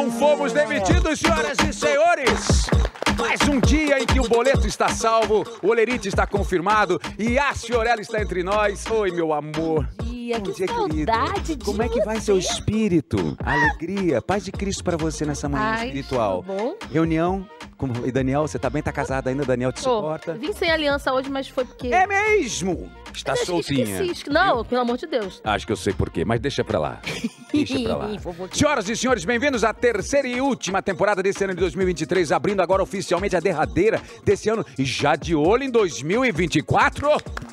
Não fomos demitidos, senhoras e senhores! Mais um dia em que o boleto está salvo, o Olerite está confirmado e a Ciorella está entre nós. Oi, meu amor. Bom dia, querido. Como é que vai seu espírito? Alegria, paz de Cristo para você nessa manhã espiritual. Tudo bom? Reunião e Daniel, você tá bem? Tá casada ainda? Daniel te suporta? Vim sem aliança hoje, mas foi porque... É mesmo? Está soltinha. Não, pelo amor de Deus. Acho que eu sei por quê, mas deixa pra lá. Deixa pra lá. Senhoras e senhores, bem-vindos à terceira e última temporada desse ano de 2023, abrindo agora oficialmente a derradeira desse ano e já de olho em 2024.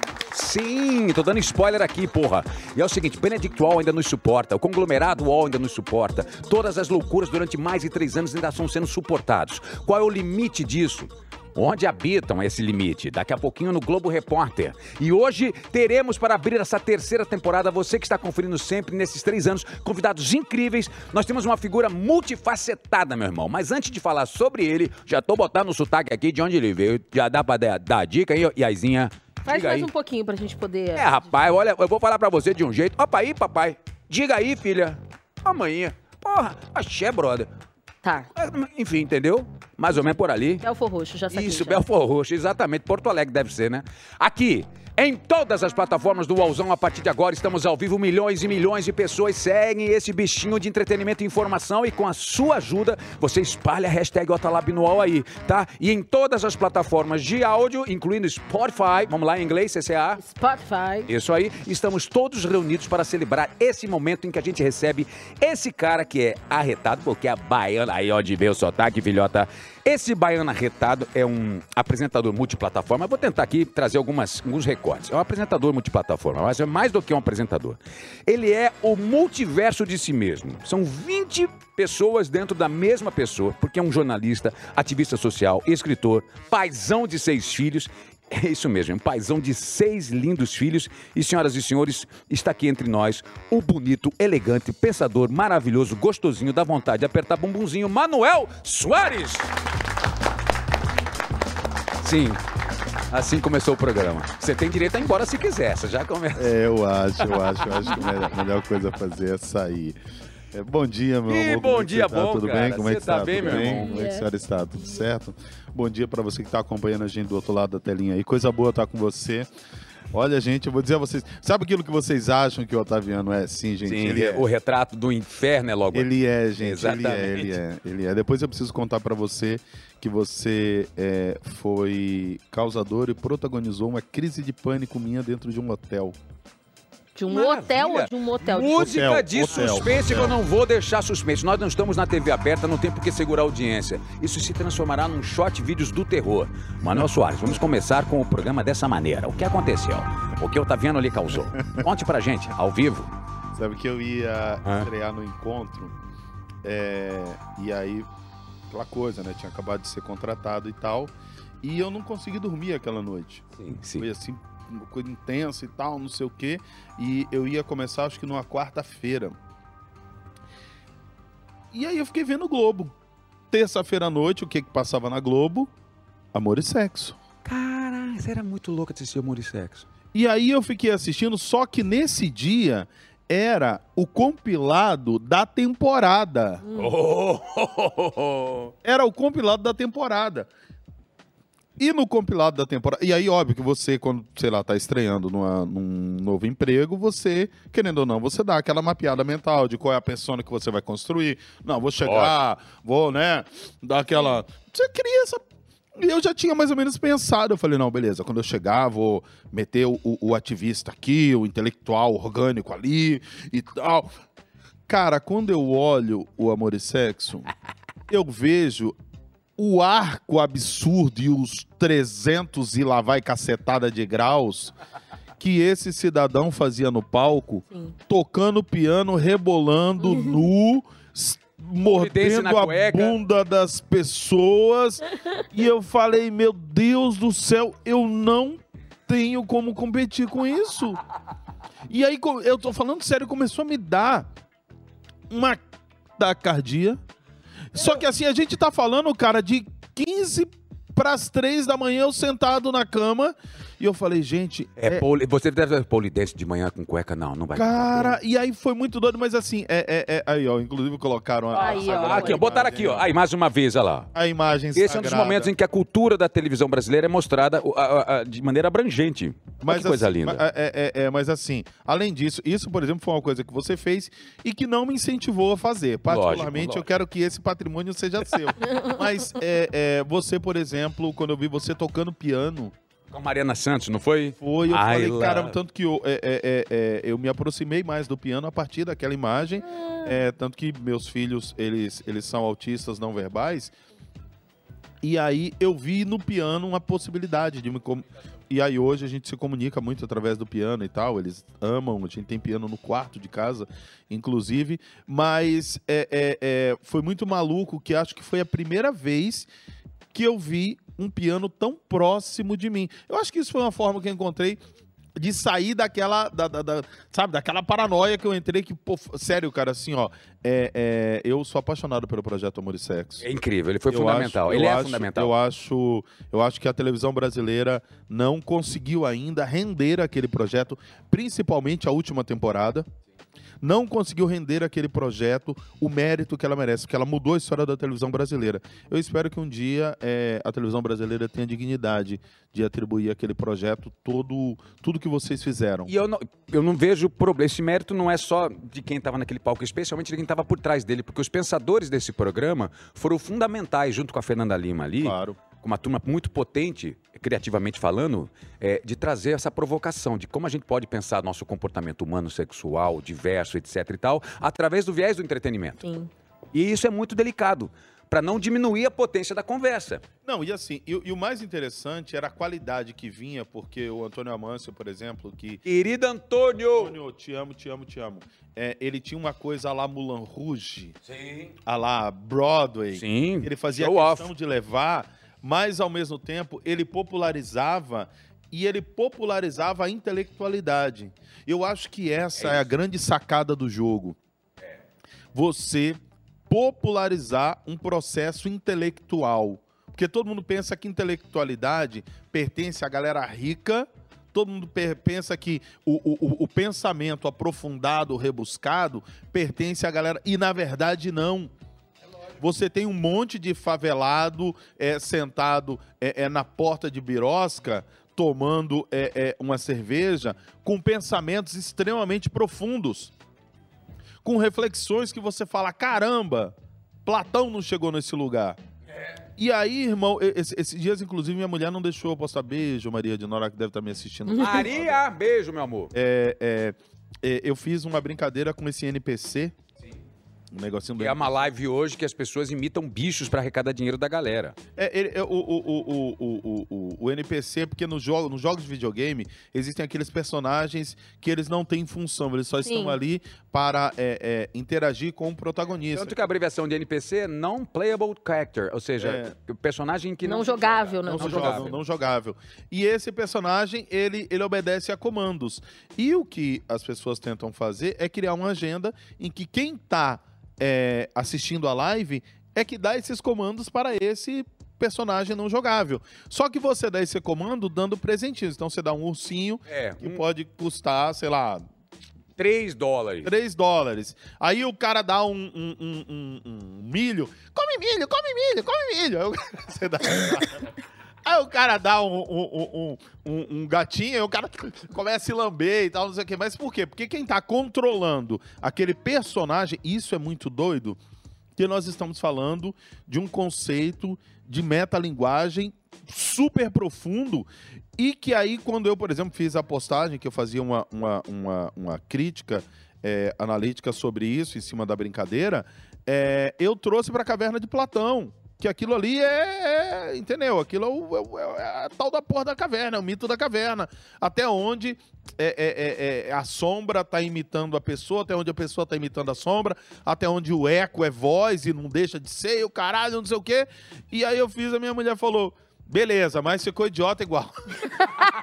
Sim, tô dando spoiler aqui, porra. E é o seguinte, Benedict Wall ainda nos suporta, o conglomerado Wall ainda nos suporta. Todas as loucuras durante mais de 3 anos ainda estão sendo suportados. Qual é o limite disso? Onde habitam esse limite? Daqui a pouquinho no Globo Repórter. E hoje teremos para abrir essa terceira temporada, você que está conferindo sempre nesses 3 anos, convidados incríveis. Nós temos uma figura multifacetada, meu irmão. Mas antes de falar sobre ele, já tô botando o sotaque aqui de onde ele veio. Já dá para dar a dica aí, Iaizinha? Faz Diga mais aí. um pouquinho pra gente poder... É, rapaz, olha, eu vou falar pra você de um jeito. Opa aí, papai. Diga aí, filha. Amanhã. Porra, axé, brother. Tá. Enfim, entendeu? Mais ou menos por ali. Belfor Roxo, já saquei. Isso, já. Belfor Roxo, exatamente. Porto Alegre deve ser, né? Aqui, em todas as plataformas do Wallzão, a partir de agora, estamos ao vivo. Milhões e milhões de pessoas seguem esse bichinho de entretenimento e informação. E com a sua ajuda, você espalha a hashtag Otalab no Wall aí, tá? E em todas as plataformas de áudio, incluindo Spotify, vamos lá em inglês, CCA. Spotify. Isso aí, estamos todos reunidos para celebrar esse momento em que a gente recebe esse cara que é arretado, porque a baiana, aí onde veio o sotaque, filhota. Esse baiano arretado é um apresentador multiplataforma. Eu vou tentar aqui trazer alguns recortes. É um apresentador multiplataforma, mas é mais do que um apresentador. Ele é o multiverso de si mesmo. São 20 pessoas dentro da mesma pessoa, porque é um jornalista, ativista social, escritor, paizão de 6 filhos. É isso mesmo, um paizão de 6 lindos filhos. E, senhoras e senhores, está aqui entre nós o bonito, elegante, pensador, maravilhoso, gostosinho, dá vontade de apertar bumbumzinho, Manuel Soares! Sim, assim começou o programa. Você tem direito a ir embora se quiser, você já começa. Eu acho que a melhor coisa a fazer é sair. Bom dia, meu amor. Bom dia, bom, tudo cara. bem? Como é que Você tá bem, tudo meu bem? irmão? Como é que a senhora está? Tudo certo? Bom dia para você que está acompanhando a gente do outro lado da telinha aí. Coisa boa estar com você. Olha, gente, eu vou dizer a vocês... Sabe aquilo que vocês acham que o Otaviano é? Sim, gente, Sim, ele é. O retrato do inferno é logo. Ele é, gente. Exatamente. Ele é. Depois eu preciso contar para você que você foi causador e protagonizou uma crise de pânico minha dentro de um hotel. De um Maravilha. hotel ou de um motel? Música Hotel, de hotel, suspense hotel. que eu não vou deixar suspense. Nós não estamos na TV aberta, não tem por que segurar a audiência. Isso se transformará num shot vídeos do terror. Manuel Soares, vamos começar com o programa dessa maneira. O que aconteceu? O que o Otaviano lhe causou? Conte pra gente, ao vivo. Sabe que eu ia estrear no encontro, e aí, aquela coisa, né? Tinha acabado de ser contratado e tal, e eu não consegui dormir aquela noite. Sim. Foi assim, uma coisa intensa e tal, não sei o quê, e eu ia começar, acho que numa quarta-feira. E aí eu fiquei vendo o Globo. Terça-feira à noite, o que passava na Globo? Amor e Sexo. Caralho, você era muito louca de assistir Amor e Sexo. E aí eu fiquei assistindo, só que nesse dia era o compilado da temporada. Era o compilado da temporada. E no compilado da temporada... E aí, óbvio que você, quando, sei lá, tá estreando num novo emprego, você, querendo ou não, você dá aquela mapeada mental de qual é a persona que você vai construir. Não, vou chegar, vou, né, dar aquela... Você cria essa... E eu já tinha mais ou menos pensado. Eu falei, não, beleza, quando eu chegar, vou meter o ativista aqui, o intelectual orgânico ali e tal. Cara, quando eu olho o Amor e Sexo, eu vejo o arco absurdo e os 300 e lá vai cacetada de graus que esse cidadão fazia no palco, tocando piano, rebolando nu, mordendo a bunda das pessoas. E eu falei, meu Deus do céu, eu não tenho como competir com isso. E aí, eu tô falando sério, começou a me dar uma taquicardia. Só que assim, a gente tá falando, cara, de 15 para as 3 da manhã, eu sentado na cama, E eu falei, gente... Você deve ter polidense de manhã com cueca? Não vai. Cara, e aí foi muito doido, mas assim, aí, ó, inclusive colocaram Aqui, ó, botaram aqui, ó. Aí, mais uma vez, olha lá. A imagem Esse é um dos momentos em que a cultura da televisão brasileira é mostrada de maneira abrangente. Mas que coisa linda. Mas assim, além disso, isso, por exemplo, foi uma coisa que você fez e que não me incentivou a fazer. Particularmente, lógico. Eu quero que esse patrimônio seja seu. Mas você, por exemplo, quando eu vi você tocando piano... Com a Mariana Santos, não foi? Foi, eu falei, caramba, tanto que eu me aproximei mais do piano a partir daquela imagem, tanto que meus filhos, eles são autistas não verbais, e aí eu vi no piano uma possibilidade de me... E aí hoje a gente se comunica muito através do piano e tal, eles amam, a gente tem piano no quarto de casa, inclusive, mas foi muito maluco que acho que foi a primeira vez que eu vi um piano tão próximo de mim. Eu acho que isso foi uma forma que eu encontrei de sair daquela, sabe, daquela paranoia que eu entrei, que, pô, sério, cara, assim, ó, eu sou apaixonado pelo projeto Amor e Sexo. É incrível, ele foi fundamental, ele é fundamental. Eu acho que a televisão brasileira não conseguiu ainda render aquele projeto, principalmente a última temporada. Não conseguiu render aquele projeto o mérito que ela merece, porque ela mudou a história da televisão brasileira. Eu espero que um dia a televisão brasileira tenha dignidade de atribuir àquele projeto tudo que vocês fizeram. E eu não vejo problema. Esse mérito não é só de quem estava naquele palco, especialmente de quem estava por trás dele, porque os pensadores desse programa foram fundamentais, junto com a Fernanda Lima ali. Claro. Com uma turma muito potente, criativamente falando, de trazer essa provocação de como a gente pode pensar nosso comportamento humano, sexual, diverso, etc e tal, através do viés do entretenimento. Sim. E isso é muito delicado, para não diminuir a potência da conversa. Não, e assim, e o mais interessante era a qualidade que vinha, porque o Antônio Amâncio, por exemplo, que... Querido Antônio! Antônio, te amo, te amo, te amo. Ele tinha uma coisa à la Moulin Rouge, sim, à la Broadway. Sim, ele fazia questão de levar... Mas, ao mesmo tempo, ele popularizava a intelectualidade. Eu acho que essa é a grande sacada do jogo. Você popularizar um processo intelectual. Porque todo mundo pensa que intelectualidade pertence à galera rica, todo mundo pensa que o pensamento aprofundado, rebuscado, pertence à galera... E, na verdade, não. Você tem um monte de favelado sentado na porta de birosca, tomando uma cerveja, com pensamentos extremamente profundos, com reflexões que você fala, caramba, Platão não chegou nesse lugar. E aí, irmão, esses dias, inclusive, minha mulher não deixou eu postar beijo, Maria de Nora, que deve estar me assistindo. Maria, beijo, meu amor. Eu fiz uma brincadeira com esse NPC, um negocinho do é uma live hoje que as pessoas imitam bichos para arrecadar dinheiro da galera. O NPC, porque nos jogos de videogame existem aqueles personagens que eles não têm função, eles só estão ali para interagir com o protagonista. Tanto que a abreviação de NPC é Non-Playable Character, ou seja, personagem que não jogável. Não jogável. E esse personagem, ele obedece a comandos. E o que as pessoas tentam fazer é criar uma agenda em que quem está assistindo a live é que dá esses comandos para esse personagem não jogável. Só que você dá esse comando dando presentinhos. Então você dá um ursinho que pode custar, sei lá... $3. $3. Aí o cara dá um milho. Come milho, come milho, come milho. Aí você dá... Aí o cara dá um gatinho, aí o cara começa a se lamber e tal, não sei o quê. Mas por quê? Porque quem tá controlando aquele personagem, isso é muito doido, que nós estamos falando de um conceito de metalinguagem super profundo e que aí, quando eu, por exemplo, fiz a postagem, que eu fazia uma crítica analítica sobre isso, em cima da brincadeira, eu trouxe para a Caverna de Platão. Que aquilo ali entendeu? Aquilo é a tal da porra da caverna, é o mito da caverna. Até onde a sombra está imitando a pessoa, até onde a pessoa está imitando a sombra, até onde o eco é voz e não deixa de ser, e o caralho, não sei o quê. E aí eu fiz, a minha mulher falou, beleza, mas ficou idiota igual.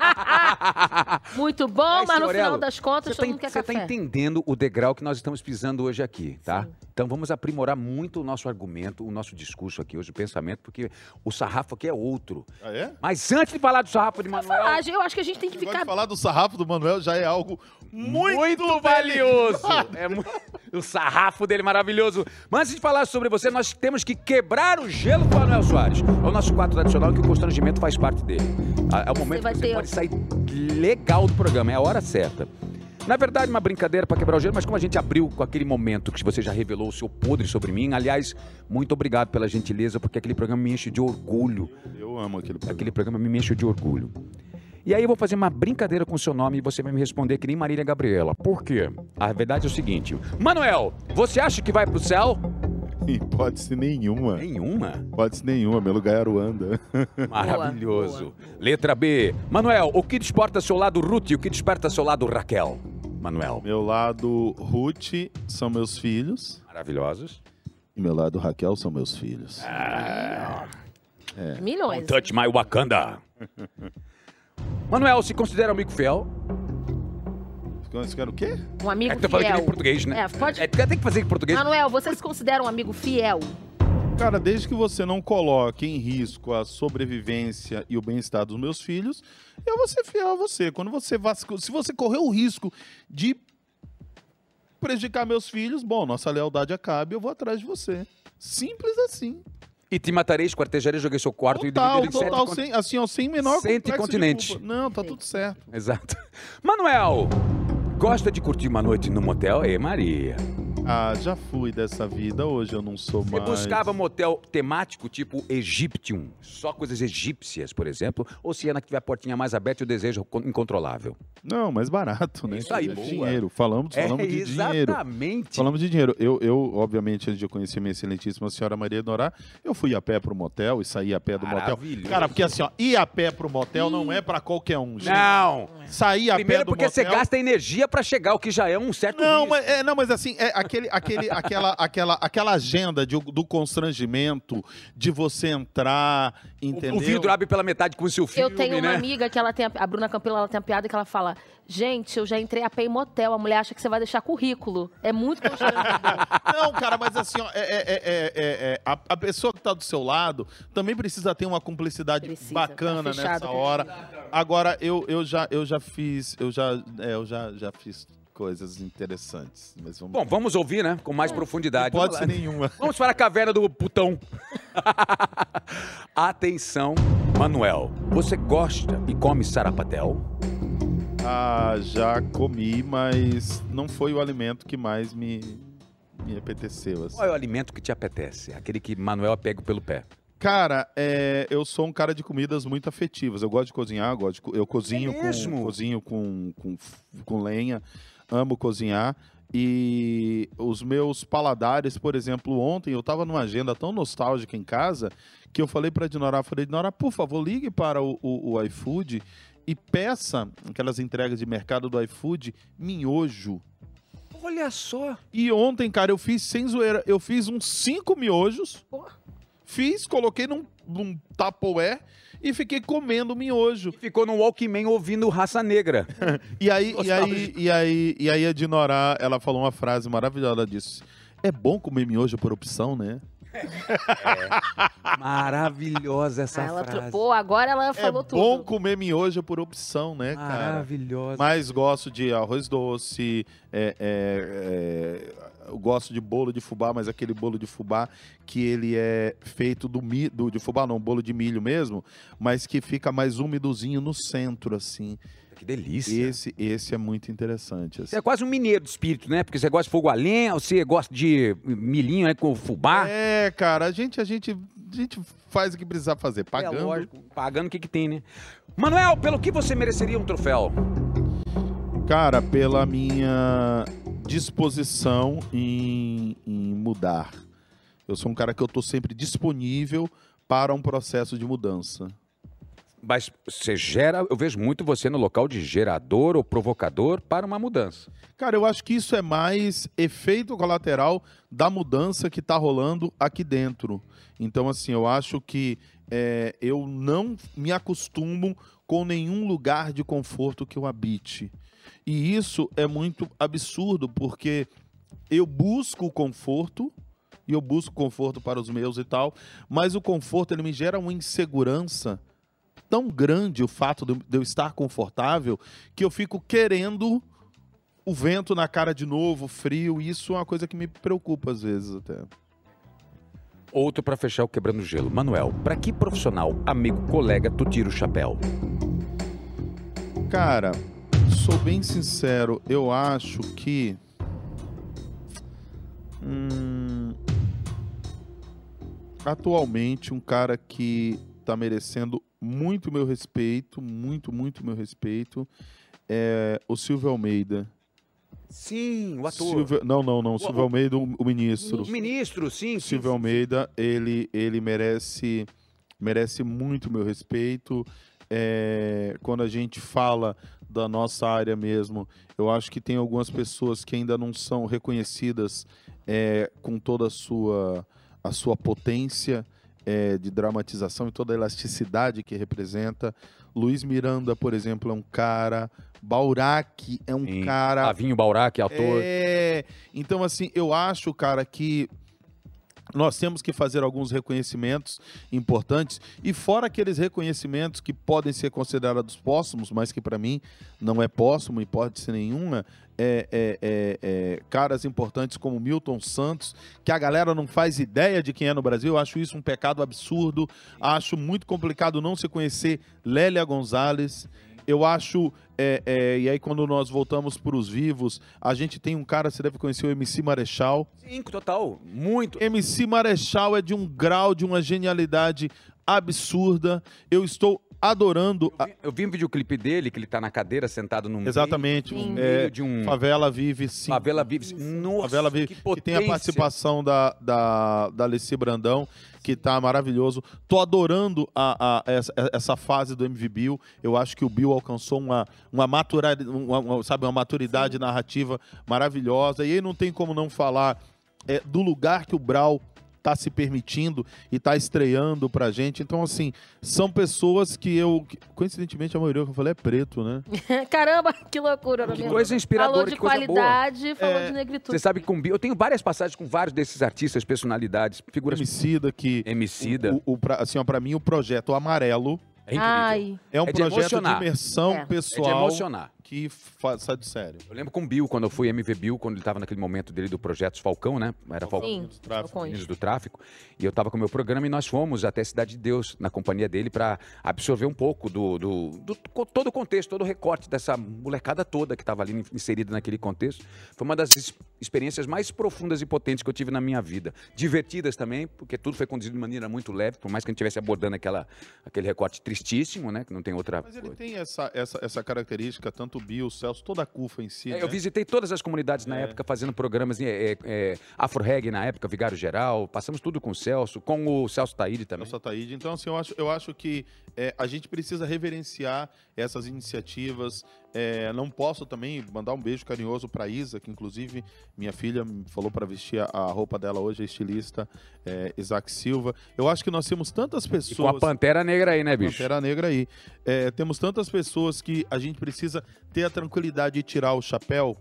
Muito bom, Aí, mas no senhor final Elo, das contas, todo mundo quer Você café. tá entendendo o degrau que nós estamos pisando hoje aqui, tá? Sim. Então vamos aprimorar muito o nosso argumento, o nosso discurso aqui hoje, o pensamento, porque o sarrafo aqui é outro. Ah, é? Mas antes de falar do sarrafo de Manuel... Eu acho que a gente tem que Agora ficar... de falar do sarrafo do Manuel já é algo muito valioso. O sarrafo dele maravilhoso. Mas antes de falar sobre você, nós temos que quebrar o gelo com o Manuel Soares. É o nosso quadro tradicional que o constrangimento faz parte dele. É o momento vai que você ter- pode sair legal do programa, é a hora certa. Na verdade, uma brincadeira para quebrar o gelo, mas como a gente abriu com aquele momento que você já revelou o seu podre sobre mim, aliás, muito obrigado pela gentileza, porque aquele programa me enche de orgulho. Eu amo aquele programa. Aquele programa me enche de orgulho. E aí eu vou fazer uma brincadeira com o seu nome e você vai me responder que nem Marília Gabriela. Por quê? A verdade é o seguinte. Manuel, você acha que vai pro céu? Hipótese nenhuma. Nenhuma. Hipótese nenhuma. Meu lugar é Aruanda. Maravilhoso. boa. Letra B. Manuel, o que desperta seu lado Ruth e o que desperta seu lado Raquel? Manuel. Meu lado Ruth são meus filhos. Maravilhosos. E meu lado Raquel são meus filhos. Milhões. Touch my Wakanda. Manuel, se considera amigo fiel? Você quer o quê? Um amigo É que eu falei que nem fiel. português, né? É, pode... Tem que fazer em português. Manuel, você se considera um amigo fiel? Cara, desde que você não coloque em risco a sobrevivência e o bem-estar dos meus filhos, eu vou ser fiel a você. Quando você se você correr o risco de prejudicar meus filhos, bom, nossa lealdade acabe, eu vou atrás de você. Simples assim. E te matarei, esquartejarei, joguei seu quarto e Total, dividirei em total, sete sem, assim, ó, sem menor Cento complexo de continentes. culpa. Não, tá tudo certo. Exato. Manuel, gosta de curtir uma noite no motel? Ei, Maria. Ah, já fui dessa vida, hoje eu não sou Você mais. buscava motel temático, tipo Egyptium, só coisas egípcias, por exemplo, ou se é na que tiver a portinha mais aberta e o desejo incontrolável? Não, mais barato, né? Isso aí, É boa. dinheiro. Falamos de dinheiro. exatamente. Falamos de dinheiro. Eu, obviamente, antes de eu conhecer minha excelentíssima senhora Maria Dorá, eu fui a pé pro motel e saí a pé do motel. Maravilhoso. Cara, porque assim, ó, ir a pé pro motel não é pra qualquer um, gente. Não. Sair a Primeiro pé do porque motel... você gasta energia pra chegar, o que já é um certo Não, risco. mas assim, é aquela agenda do constrangimento, de você entrar, entendeu? O vidro abre pela metade com o seu filme, Eu tenho uma né? amiga que ela tem, a Bruna Campelo, ela tem a piada que ela fala: gente, eu já entrei a pé em motel, a mulher acha que você vai deixar currículo. É muito constrangedor. Não, cara, mas assim, ó, a pessoa que tá do seu lado também precisa ter uma cumplicidade Precisa, bacana tá fechado, nessa hora. Agora, eu já fiz coisas interessantes. Mas Bom, vamos ouvir, né? Com mais profundidade. pode Vamos ser lá. nenhuma. Vamos para a caverna do putão. Atenção, Manuel. Você gosta e come sarapatel? Ah, já comi, mas não foi o alimento que mais me apeteceu. Assim. Qual é o alimento que te apetece? Aquele que Manuel é pego pelo pé. Cara, eu sou um cara de comidas muito afetivas. Eu gosto de cozinhar, eu cozinho, É mesmo? cozinho com lenha, amo cozinhar. E os meus paladares, por exemplo, ontem eu estava numa agenda tão nostálgica em casa que eu falei para Dinorá, Dinorá, por favor, ligue para o iFood e peça aquelas entregas de mercado do iFood, miojo. Olha só. E ontem, cara, eu fiz, sem zoeira, eu fiz uns 5 miojos. Fiz, coloquei num Tupperware e fiquei comendo miojo. Ficou no Walkman ouvindo Raça Negra. E aí a Dinorá, ela falou uma frase maravilhosa, ela disse: é bom comer miojo por opção, né? Maravilhosa essa frase. Pô, agora ela falou É tudo. bom comer miojo por opção, né, cara? Maravilhosa. Mas gosto de arroz doce, eu gosto de bolo de fubá, mas aquele bolo de fubá que ele é feito de fubá não, bolo de milho mesmo, mas que fica mais úmidozinho no centro, assim. Que delícia. Esse é muito interessante. Assim. Você é quase um mineiro de espírito, né? Porque você gosta de fogo a lenha, você gosta de milhinho, né, com fubá. É, cara, a gente faz o que precisar fazer, pagando. É lógico, pagando o que tem, né? Manuel, pelo que você mereceria um troféu? Cara, pela minha disposição em mudar. Eu sou um cara que eu tô sempre disponível para um processo de mudança. Mas você gera, eu vejo muito você no local de gerador ou provocador para uma mudança. Cara, eu acho que isso é mais efeito colateral da mudança que está rolando aqui dentro. Então, assim, eu acho que eu não me acostumo com nenhum lugar de conforto que eu habite. E isso é muito absurdo, porque eu busco o conforto, e eu busco conforto para os meus e tal, mas o conforto ele me gera uma insegurança tão grande, o fato de eu estar confortável, que eu fico querendo o vento na cara de novo, frio, e isso é uma coisa que me preocupa às vezes até. Outro para fechar o Quebrando Gelo. Manuel, para que profissional, amigo, colega, tu tira o chapéu? Cara, sou bem sincero, eu acho que... atualmente, um cara que tá merecendo muito meu respeito, muito meu respeito, é o Silvio Almeida. Sim, o ator. Não, Silvio Almeida, o ministro. O ministro, sim. Silvio Almeida, ele merece muito meu respeito. Quando a gente fala da nossa área mesmo, eu acho que tem algumas pessoas que ainda não são reconhecidas com toda a sua potência de dramatização e toda a elasticidade que representa. Luiz Miranda, por exemplo, é um cara. Baurac é um cara... Flavinho Baurac, ator. Então, assim, eu acho, cara, que nós temos que fazer alguns reconhecimentos importantes, e fora aqueles reconhecimentos que podem ser considerados póstumos, mas que para mim não é póstumo, hipótese nenhuma, caras importantes como Milton Santos, que a galera não faz ideia de quem é no Brasil. Eu acho isso um pecado absurdo, acho muito complicado não se conhecer Lélia Gonzalez. Eu acho, e aí quando nós voltamos para os vivos, a gente tem um cara, você deve conhecer o MC Marechal. Sim, total, muito. MC Marechal é de um grau, de uma genialidade absurda. Eu estou adorando... Eu vi um videoclipe dele, que ele tá na cadeira, sentado no meio. Exatamente. Meio de um... Favela Vive, sim. Favela Vive. Nossa, Favela Vive, que tem a participação da Alessi Brandão, que tá maravilhoso. Tô adorando essa fase do MV Bill. Eu acho que o Bill alcançou uma maturidade narrativa maravilhosa. E aí não tem como não falar do lugar que o Brau tá se permitindo e tá estreando pra gente. Então, assim, são pessoas que coincidentemente, a maioria que eu falei é preto, né? Caramba, que loucura. Que coisa inspiradora, falou de que coisa qualidade, falou de negritude. Você sabe que eu tenho várias passagens com vários desses artistas, personalidades, figuras... Emicida, que... Assim, ó, pra mim, o projeto Amarelo é incrível. É um projeto de imersão pessoal. É de emocionar. Que sai de sério. Eu lembro com o Bill, quando eu fui MV Bill, quando ele estava naquele momento dele do Projeto Falcão, né? Era Falcão, Meninos do Tráfico. E eu estava com o meu programa e nós fomos até Cidade de Deus, na companhia dele, para absorver um pouco todo o contexto, todo o recorte dessa molecada toda que estava ali inserida naquele contexto. Foi uma das experiências mais profundas e potentes que eu tive na minha vida. Divertidas também, porque tudo foi conduzido de maneira muito leve, por mais que a gente estivesse abordando aquele recorte tristíssimo, né? Que não tem outra... Mas ele tem essa característica, tanto o Bill, o Celso, toda a CUFA em si. Eu visitei todas as comunidades na época, fazendo programas Afro-Reggae na época, Vigário Geral, passamos tudo com o Celso, com o Celso Taíde também. Celso Taíde. Então, assim, eu acho que a gente precisa reverenciar essas iniciativas. Não posso também mandar um beijo carinhoso para Isa, que inclusive minha filha me falou para vestir a roupa dela hoje, a estilista Isaac Silva. Eu acho que nós temos tantas pessoas... E com a Pantera Negra aí, né, bicho? Pantera Negra aí. Temos tantas pessoas que a gente precisa ter a tranquilidade de tirar o chapéu,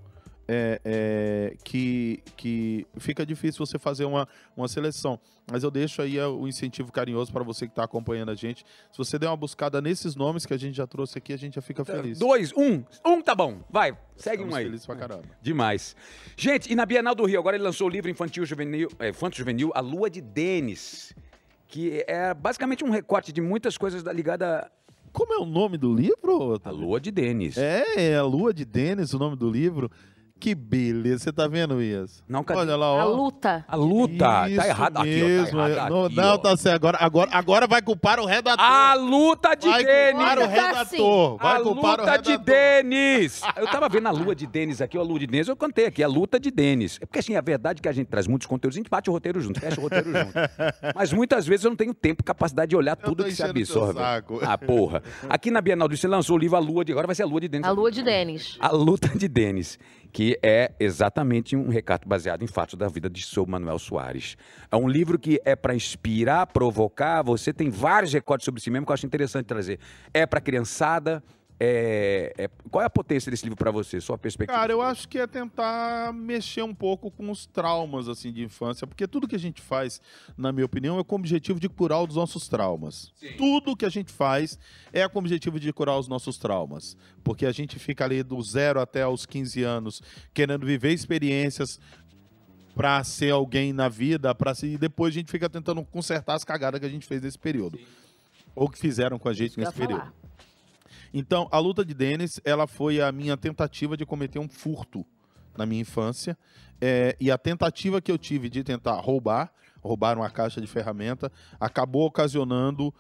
que fica difícil você fazer uma seleção. Mas eu deixo aí o incentivo carinhoso para você que está acompanhando a gente. Se você der uma buscada nesses nomes que a gente já trouxe aqui, a gente já fica feliz. 2, 1 tá bom. Vai, segue um aí. Feliz pra caramba. Demais. Gente, e na Bienal do Rio, agora ele lançou o livro infanto-juvenil, A Lua de Denis, que é basicamente um recorte de muitas coisas ligadas... Como é o nome do livro? A Lua de Denis. A Lua de Denis, o nome do livro. Que beleza, você tá vendo isso? Não, cadê? Olha lá, ó. A luta. A luta. Isso Tá errado aqui, ó. mesmo. Tá errado Não, aqui, não, ó. tá certo. Agora vai culpar o redator. A luta de Vai culpar o Denis. redator. Vai A culpar o luta de redator. Denis. Eu tava vendo a lua de Denis aqui, ó, a lua de Denis, eu contei aqui, a luta de Denis. É porque assim, a verdade é que a gente traz muitos conteúdos, a gente bate o roteiro junto, fecha o roteiro junto. Mas muitas vezes eu não tenho tempo, capacidade de olhar tudo que se enchendo teu absorve. saco. Ah, porra. Aqui na Bienal do Você lançou o livro A Lua de... Agora vai ser a Lua de Denis. A lua de Denis. A Luta de Denis, que é exatamente um retrato baseado em fatos da vida de Sr. Manuel Soares. É um livro que é para inspirar, provocar. Você tem vários recortes sobre si mesmo que eu acho interessante trazer. É para criançada. Qual é a potência desse livro para você? Sua perspectiva? Cara, eu acho que é tentar mexer um pouco com os traumas assim de infância, porque tudo que a gente faz, na minha opinião, é com o objetivo de curar os nossos traumas. Sim. Tudo que a gente faz é com o objetivo de curar os nossos traumas, porque a gente fica ali do 0 até os 15 anos querendo viver experiências para ser alguém na vida, e depois a gente fica tentando consertar as cagadas que a gente fez nesse período. Sim. Ou que fizeram com a gente nesse período. Então, a luta de Denis, ela foi a minha tentativa de cometer um furto na minha infância. E a tentativa que eu tive de tentar roubar uma caixa de ferramenta, acabou ocasionando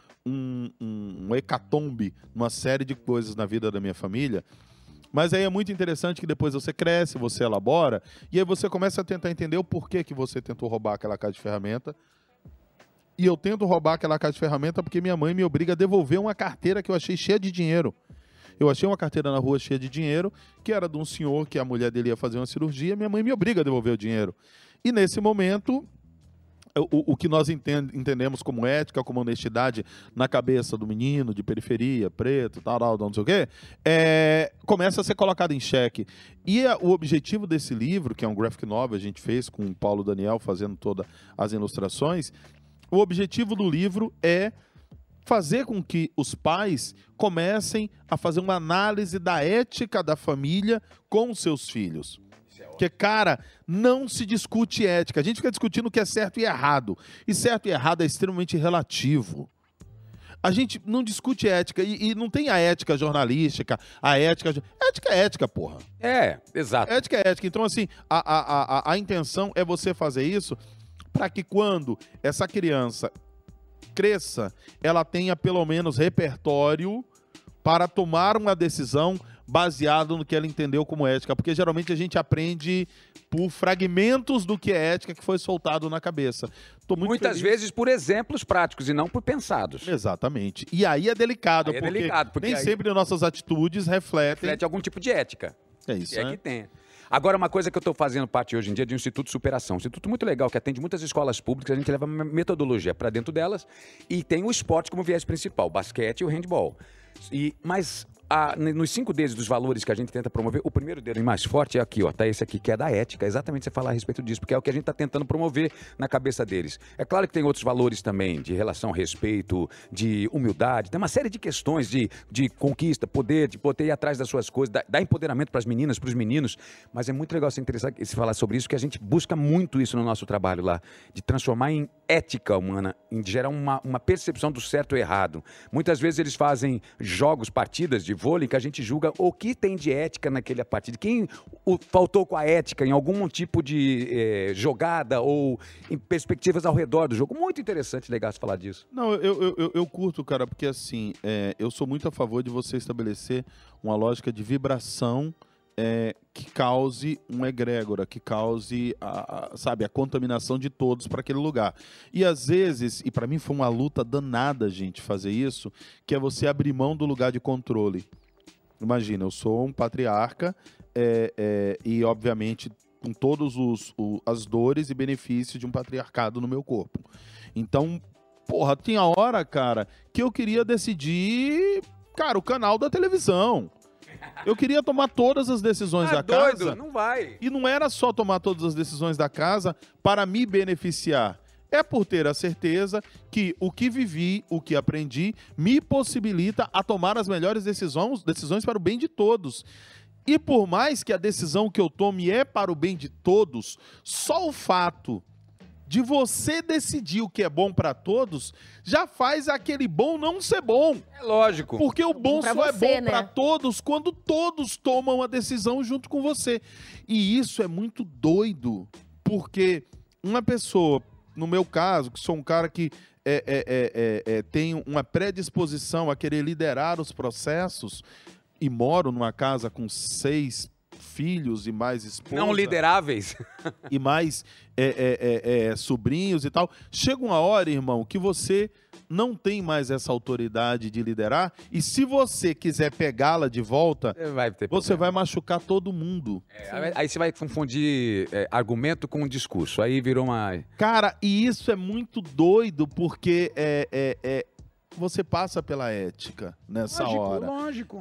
um hecatombe, uma série de coisas na vida da minha família. Mas aí é muito interessante que depois você cresce, você elabora, e aí você começa a tentar entender o porquê que você tentou roubar aquela caixa de ferramenta. E eu tento roubar aquela caixa de ferramenta porque minha mãe me obriga a devolver uma carteira que eu achei cheia de dinheiro. Eu achei uma carteira na rua cheia de dinheiro, que era de um senhor que a mulher dele ia fazer uma cirurgia, minha mãe me obriga a devolver o dinheiro. E nesse momento, o que nós entendemos como ética, como honestidade na cabeça do menino de periferia, preto, tal, não sei o quê, começa a ser colocado em xeque. E o objetivo desse livro, que é um graphic novel, a gente fez com o Paulo Daniel fazendo todas as ilustrações. O objetivo do livro é fazer com que os pais comecem a fazer uma análise da ética da família com os seus filhos. Porque, cara, não se discute ética. A gente fica discutindo o que é certo e errado. E certo e errado é extremamente relativo. A gente não discute ética. E não tem a ética jornalística, a ética... Ética é ética, porra. Exato. Ética é ética. Então, assim, a intenção é você fazer isso para que quando essa criança cresça, ela tenha pelo menos repertório para tomar uma decisão baseada no que ela entendeu como ética, porque geralmente a gente aprende por fragmentos do que é ética que foi soltado na cabeça. Muitas vezes por exemplos práticos e não por pensados. Exatamente. E aí é delicado, porque nem sempre nossas atitudes reflete algum tipo de ética. É isso, que tem. Agora, uma coisa que eu estou fazendo parte hoje em dia é de um Instituto Superação. Um instituto muito legal, que atende muitas escolas públicas, a gente leva metodologia para dentro delas e tem o esporte como viés principal, o basquete e o handball. Mas nos 5 dedos dos valores que a gente tenta promover, o primeiro dedo mais forte é aqui, ó, tá esse aqui, que é da ética, exatamente você falar a respeito disso, porque é o que a gente está tentando promover na cabeça deles. É claro que tem outros valores também, de relação, respeito, de humildade, tem uma série de questões de conquista, poder, de poder ir atrás das suas coisas, dar empoderamento para as meninas, para os meninos, mas é muito legal se falar sobre isso, que a gente busca muito isso no nosso trabalho lá, de transformar em ética humana, em gerar uma percepção do certo e errado. Muitas vezes eles fazem jogos, partidas de vôlei, que a gente julga o que tem de ética naquela partida. Quem faltou com a ética em algum tipo de jogada ou em perspectivas ao redor do jogo. Muito interessante, legal você falar disso. Não, eu curto, cara, porque assim, eu sou muito a favor de você estabelecer uma lógica de vibração que cause uma egrégora, que cause a contaminação de todos para aquele lugar. E às vezes, e para mim foi uma luta danada, gente, fazer isso, que é você abrir mão do lugar de controle. Imagina, eu sou um patriarca e obviamente com todas as dores e benefícios de um patriarcado no meu corpo. Então, porra, tinha hora, cara, que eu queria decidir, cara, o canal da televisão. Eu queria tomar todas as decisões da casa. Não vai. E não era só tomar todas as decisões da casa para me beneficiar. É por ter a certeza que o que vivi, o que aprendi, me possibilita a tomar as melhores decisões para o bem de todos. E por mais que a decisão que eu tome é para o bem de todos, só o fato de você decidir o que é bom pra todos, já faz aquele bom não ser bom. É lógico. Porque o bom Pra só é você, bom né? pra todos quando todos tomam a decisão junto com você. E isso é muito doido, porque uma pessoa, no meu caso, que sou um cara que tem uma predisposição a querer liderar os processos e moro numa casa com 6 filhos e mais esposa. Não lideráveis. E mais sobrinhos e tal. Chega uma hora, irmão, que você não tem mais essa autoridade de liderar e se você quiser pegá-la de volta, você vai machucar todo mundo. Aí você vai confundir argumento com discurso. Aí virou uma... Cara, e isso é muito doido porque você passa pela ética nessa hora. Lógico.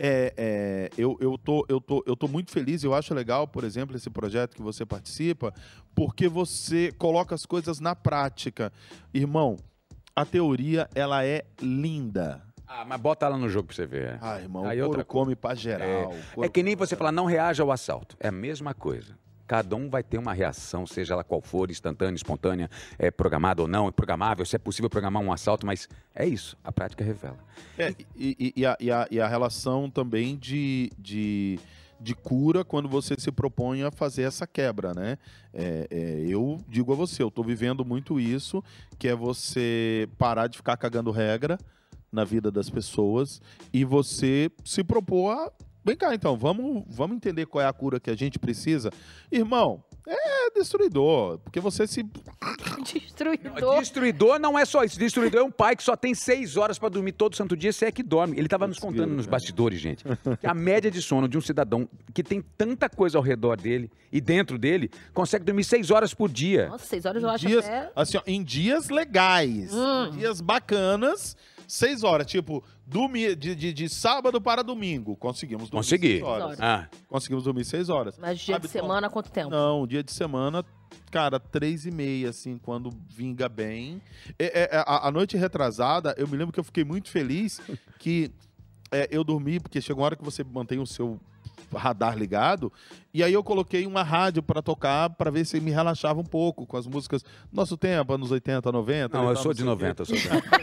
Eu tô muito feliz, eu acho legal, por exemplo, esse projeto que você participa, porque você coloca as coisas na prática. Irmão, a teoria, ela é linda. Ah, mas bota ela no jogo pra você ver. Ah, irmão, Aí o outra couro come pra geral. É que nem você falar, não reaja ao assalto. É a mesma coisa. Cada um vai ter uma reação, seja ela qual for, instantânea, espontânea, programada ou não, programável, se é possível programar um assalto, mas é isso, a prática revela. E a relação também de cura quando você se propõe a fazer essa quebra, né? Eu digo a você, eu tô vivendo muito isso, que é você parar de ficar cagando regra na vida das pessoas e você se propor a... Vem cá, então, vamos entender qual é a cura que a gente precisa. Irmão, é destruidor, porque você se... Destruidor. Destruidor não é só isso. Destruidor é um pai que só tem 6 horas pra dormir todo santo dia, se é que dorme. Ele tava nos contando nos bastidores, gente, que a média de sono de um cidadão que tem tanta coisa ao redor dele e dentro dele, consegue dormir 6 horas por dia. Nossa, 6 horas eu acho dias, até... assim, ó, em dias legais, em dias bacanas, 6 horas. Tipo, de sábado para domingo, conseguimos dormir 6 horas. Conseguimos dormir 6 horas. Mas dia de semana, quanto tempo? Não, dia de semana, cara, 3h30, assim, quando vinga bem. A noite retrasada, eu me lembro que eu fiquei muito feliz que eu dormi, porque chegou uma hora que você mantém o seu radar ligado, e aí eu coloquei uma rádio pra tocar, pra ver se me relaxava um pouco com as músicas do nosso tempo, anos 80, 90. Não, eu sou de 90, eu sou de 90.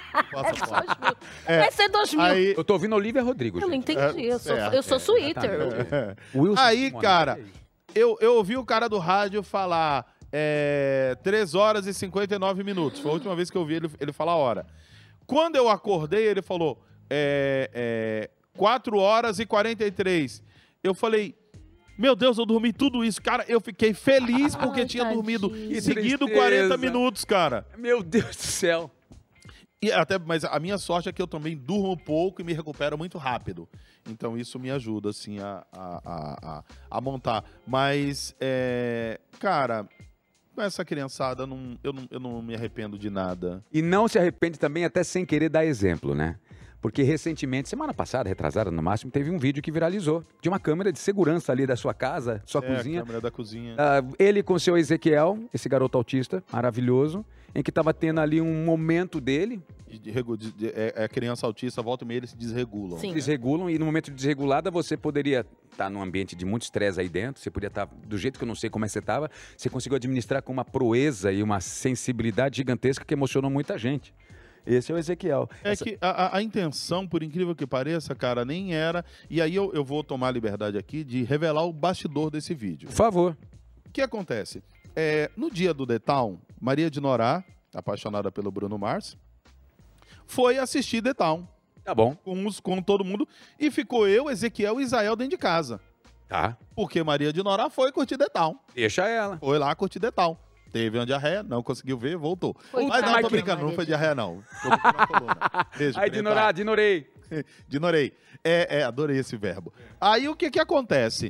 Esse é 2000. Aí, Eu tô ouvindo Olivia Rodrigo, Eu não gente. entendi, eu sou sweeter. Wilson aí Simone, cara, olha aí. eu ouvi o cara do rádio falar 3 horas e 59 minutos. Foi a última vez que eu ouvi ele falar a hora. Quando eu acordei, ele falou 4 horas e 43. Eu falei, meu Deus, eu dormi tudo isso. Cara, eu fiquei feliz porque tinha dormido seguido 40 minutos, cara. Meu Deus do céu. Mas a minha sorte é que eu também durmo pouco e me recupero muito rápido. Então isso me ajuda, assim, a montar. Mas, cara, com essa criançada, eu não me arrependo de nada. E não se arrepende também até sem querer dar exemplo, né? Porque recentemente, semana passada, retrasada no máximo, teve um vídeo que viralizou de uma câmera de segurança ali da sua casa, sua cozinha. A câmera da cozinha. Ele com o seu Ezequiel, esse garoto autista maravilhoso, em que estava tendo ali um momento dele. A criança autista, volta e meia, eles se desregulam. Sim. Desregulam e no momento de desregulada você poderia estar num ambiente de muito estresse aí dentro, você podia estar do jeito que eu não sei como é que você estava, você conseguiu administrar com uma proeza e uma sensibilidade gigantesca que emocionou muita gente. Esse é o Ezequiel. Que a intenção, por incrível que pareça, cara, nem era... E aí eu vou tomar a liberdade aqui de revelar o bastidor desse vídeo. Por favor. O que acontece? No dia do The Town, Maria de Norá, apaixonada pelo Bruno Mars, foi assistir The Town. Tá bom. Com todo mundo. E ficou eu, Ezequiel e Isael dentro de casa. Tá. Porque Maria de Norá foi curtir The Town. Deixa ela. Foi lá curtir The Town. Teve uma diarreia, não conseguiu ver, voltou. Foi Mas não, tarde, tô brincando, não foi diarreia, não. Beijo, Aí, dinorei. Dinorei. Adorei esse verbo. Aí, o que acontece?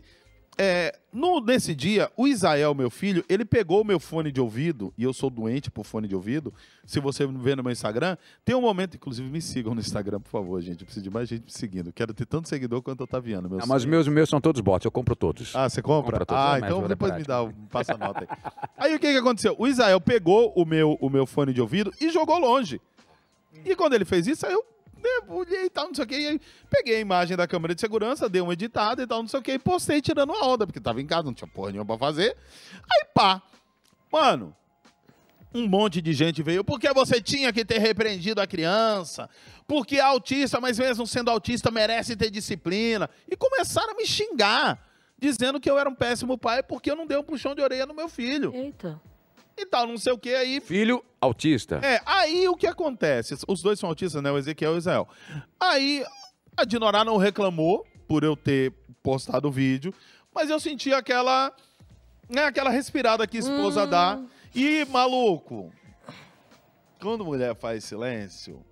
Nesse dia, o Isael, meu filho, ele pegou o meu fone de ouvido, e eu sou doente por fone de ouvido. Se você vê no meu Instagram, tem um momento, inclusive me sigam no Instagram, por favor, gente. Eu preciso de mais gente me seguindo. Quero ter tanto seguidor quanto o Otaviano. Mas os meus são todos bots, eu compro todos. Ah, você compra? Todos, Então depois me passa a nota aí. Aí o que aconteceu? O Isael pegou o meu fone de ouvido e jogou longe. E quando ele fez isso, aí eu olhei e tal, não sei o que, e aí peguei a imagem da câmera de segurança, dei uma editada e tal, não sei o que, e postei tirando a onda, porque tava em casa, não tinha porra nenhuma pra fazer. Aí pá, mano, um monte de gente veio, porque você tinha que ter repreendido a criança, porque é autista, mas mesmo sendo autista merece ter disciplina. E começaram a me xingar, dizendo que eu era um péssimo pai porque eu não dei um puxão de orelha no meu filho. Eita. E tal, não sei o que aí. Filho autista. Aí o que acontece? Os dois são autistas, né? O Ezequiel e o Israel. Aí a Dinorá não reclamou por eu ter postado o vídeo, mas eu senti aquela respirada que a esposa dá. E, maluco, quando mulher faz silêncio,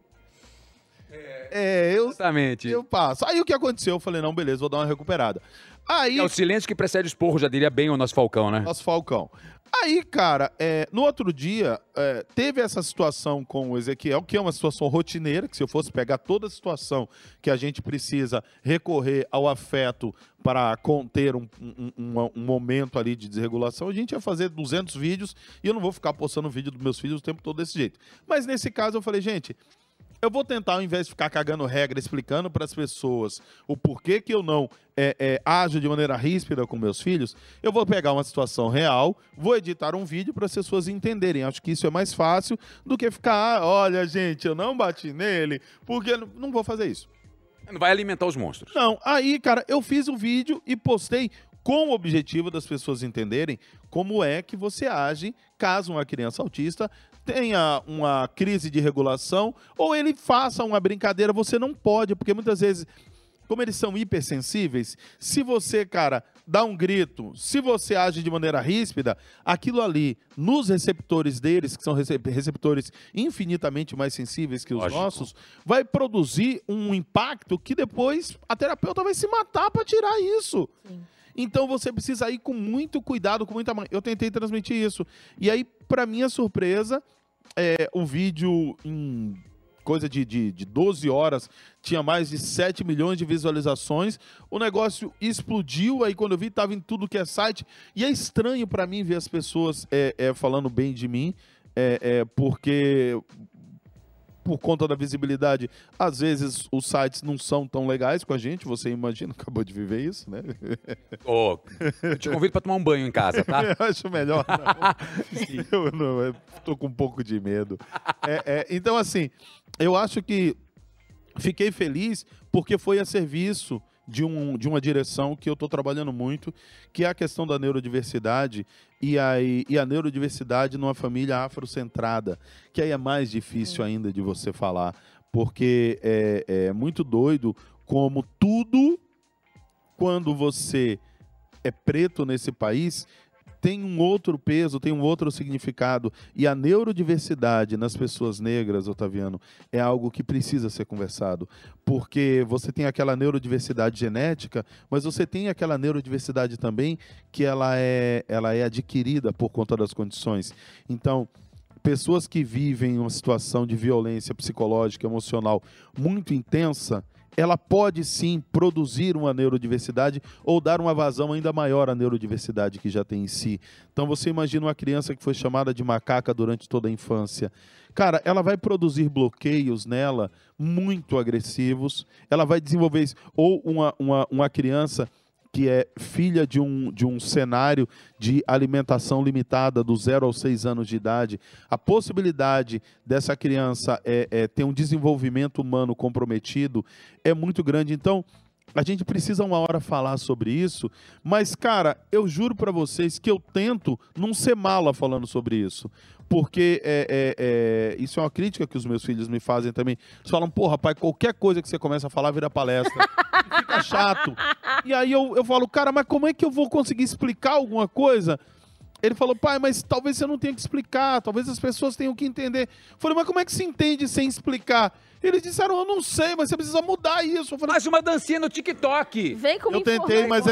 Exatamente. eu passo. Aí o que aconteceu? Eu falei, não, beleza, vou dar uma recuperada. Aí, É o silêncio que precede o esporro, já diria bem o nosso Falcão, né? nosso Falcão. Aí, cara, no outro dia, teve essa situação com o Ezequiel, que é uma situação rotineira, que se eu fosse pegar toda a situação que a gente precisa recorrer ao afeto para conter um momento ali de desregulação, a gente ia fazer 200 vídeos e eu não vou ficar postando vídeo dos meus filhos o tempo todo desse jeito. Mas nesse caso eu falei, gente, eu vou tentar, ao invés de ficar cagando regra, explicando para as pessoas o porquê que eu não ajo de maneira ríspida com meus filhos, eu vou pegar uma situação real, vou editar um vídeo para as pessoas entenderem. Acho que isso é mais fácil do que ficar, olha, gente, eu não bati nele, porque não vou fazer isso. Não vai alimentar os monstros. Não, aí, cara, eu fiz o vídeo e postei com o objetivo das pessoas entenderem como é que você age caso uma criança autista tenha uma crise de regulação ou ele faça uma brincadeira. Você não pode, porque muitas vezes, como eles são hipersensíveis, se você, cara, dá um grito, se você age de maneira ríspida, aquilo ali, nos receptores deles, que são receptores infinitamente mais sensíveis que os nossos, vai produzir um impacto que depois a terapeuta vai se matar para tirar isso. Sim. Então você precisa ir com muito cuidado, com muita... Eu tentei transmitir isso. E aí, para minha surpresa, o vídeo em coisa de 12 horas tinha mais de 7 milhões de visualizações. O negócio explodiu. Aí quando eu vi, estava em tudo que é site. E é estranho para mim ver as pessoas falando bem de mim, porque... por conta da visibilidade, às vezes os sites não são tão legais com a gente, você imagina, acabou de viver isso, né? Eu te convido para tomar um banho em casa, tá? Eu acho melhor não. Eu tô com um pouco de medo. Então, assim, eu acho que fiquei feliz porque foi a serviço de uma direção que eu estou trabalhando muito, que é a questão da neurodiversidade e a neurodiversidade numa família afrocentrada, que aí é mais difícil ainda de você falar, porque é muito doido como tudo, quando você é preto nesse país, tem um outro peso, tem um outro significado. E a neurodiversidade nas pessoas negras, Otaviano, é algo que precisa ser conversado. Porque você tem aquela neurodiversidade genética, mas você tem aquela neurodiversidade também que ela é adquirida por conta das condições. Então, pessoas que vivem uma situação de violência psicológica, emocional muito intensa, ela pode sim produzir uma neurodiversidade ou dar uma vazão ainda maior à neurodiversidade que já tem em si. Então você imagina uma criança que foi chamada de macaca durante toda a infância. Cara, ela vai produzir bloqueios nela muito agressivos, ela vai desenvolver isso. Ou uma criança que é filha de um cenário de alimentação limitada do 0 aos 6 anos de idade, a possibilidade dessa criança ter um desenvolvimento humano comprometido é muito grande. Então, a gente precisa uma hora falar sobre isso, mas, cara, eu juro para vocês que eu tento não ser mala falando sobre isso. Porque isso é uma crítica que os meus filhos me fazem também. Eles falam, porra, pai, qualquer coisa que você começa a falar vira palestra. E fica chato. E aí eu falo, cara, mas como é que eu vou conseguir explicar alguma coisa? Ele falou, pai, mas talvez você não tenha que explicar, talvez as pessoas tenham que entender. Eu falei, mas como é que se entende sem explicar? Eles disseram, eu não sei, mas você precisa mudar isso. Eu falei, faz uma dancinha no TikTok. Vem comigo. Eu tentei, mas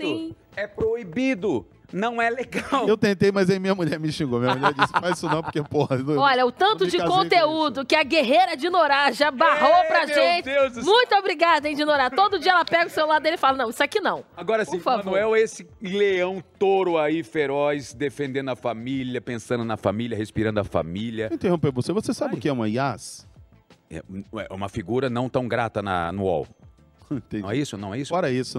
é proibido. Não é legal. Eu tentei, mas aí minha mulher me xingou. Minha mulher disse, faz isso não, porque, porra... Olha, o tanto de conteúdo que a guerreira Dinorá já barrou pra gente. Muito obrigada, hein, Dinorá. Todo dia ela pega o celular dele e fala, não, isso aqui não. Agora sim, Manuel, esse leão touro aí, feroz, defendendo a família, pensando na família, respirando a família. Vou interromper você. Você sabe o que é uma IAS? É uma figura não tão grata no UOL. Entendi. Não é isso? Não é isso? Fora isso,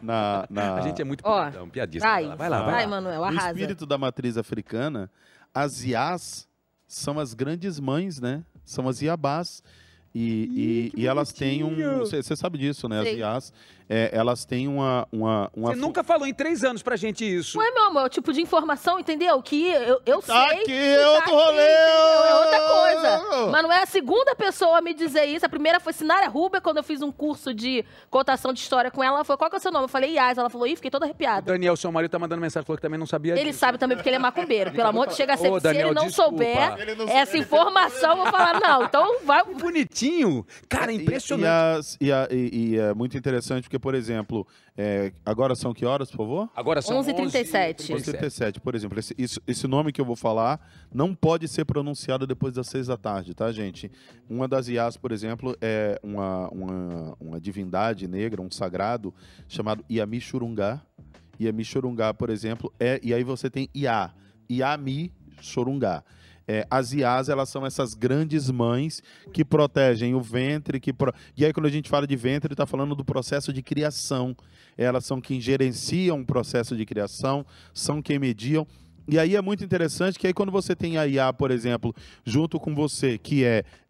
A gente é muito piadista. Vai lá, Manuel, arrasa. No espírito da matriz africana, as IAs são as grandes mães, né? São as Iabás. E elas têm um... Você sabe disso, né? As Iás, elas têm uma... Você nunca falou em 3 anos pra gente isso. Não é, meu amor, é o tipo de informação, entendeu? Que eu sei. Aqui é outro rolê! É outra coisa. Mas não é a segunda pessoa a me dizer isso. A primeira foi Sinara Ruber, quando eu fiz um curso de contação de história com ela. Ela falou, qual que é o seu nome? Eu falei, Iás. Ela falou, fiquei toda arrepiada. Daniel, seu marido, tá mandando mensagem, falou que também não sabia Ele disso. sabe também porque ele é macumbeiro. Pelo amor de Deus, se Daniel, ele não souber essa ele informação, eu vou falar, não, então vai... Bonitinho. Cara, impressionante. E é muito interessante porque, por exemplo, agora são que horas, por favor? Agora são 11h37. 11h37, por exemplo. Esse nome que eu vou falar não pode ser pronunciado depois das 6 da tarde, tá, gente? Uma das Iás, por exemplo, é uma divindade negra, um sagrado, chamado Iami Xurungá. Iami Xurungá, por exemplo, e aí você tem Iami Xurungá. As Iás, elas são essas grandes mães que protegem o ventre. E aí, quando a gente fala de ventre, está falando do processo de criação. Elas são quem gerenciam o processo de criação, são quem mediam. E aí é muito interessante que aí quando você tem a Iá, por exemplo, junto com você, que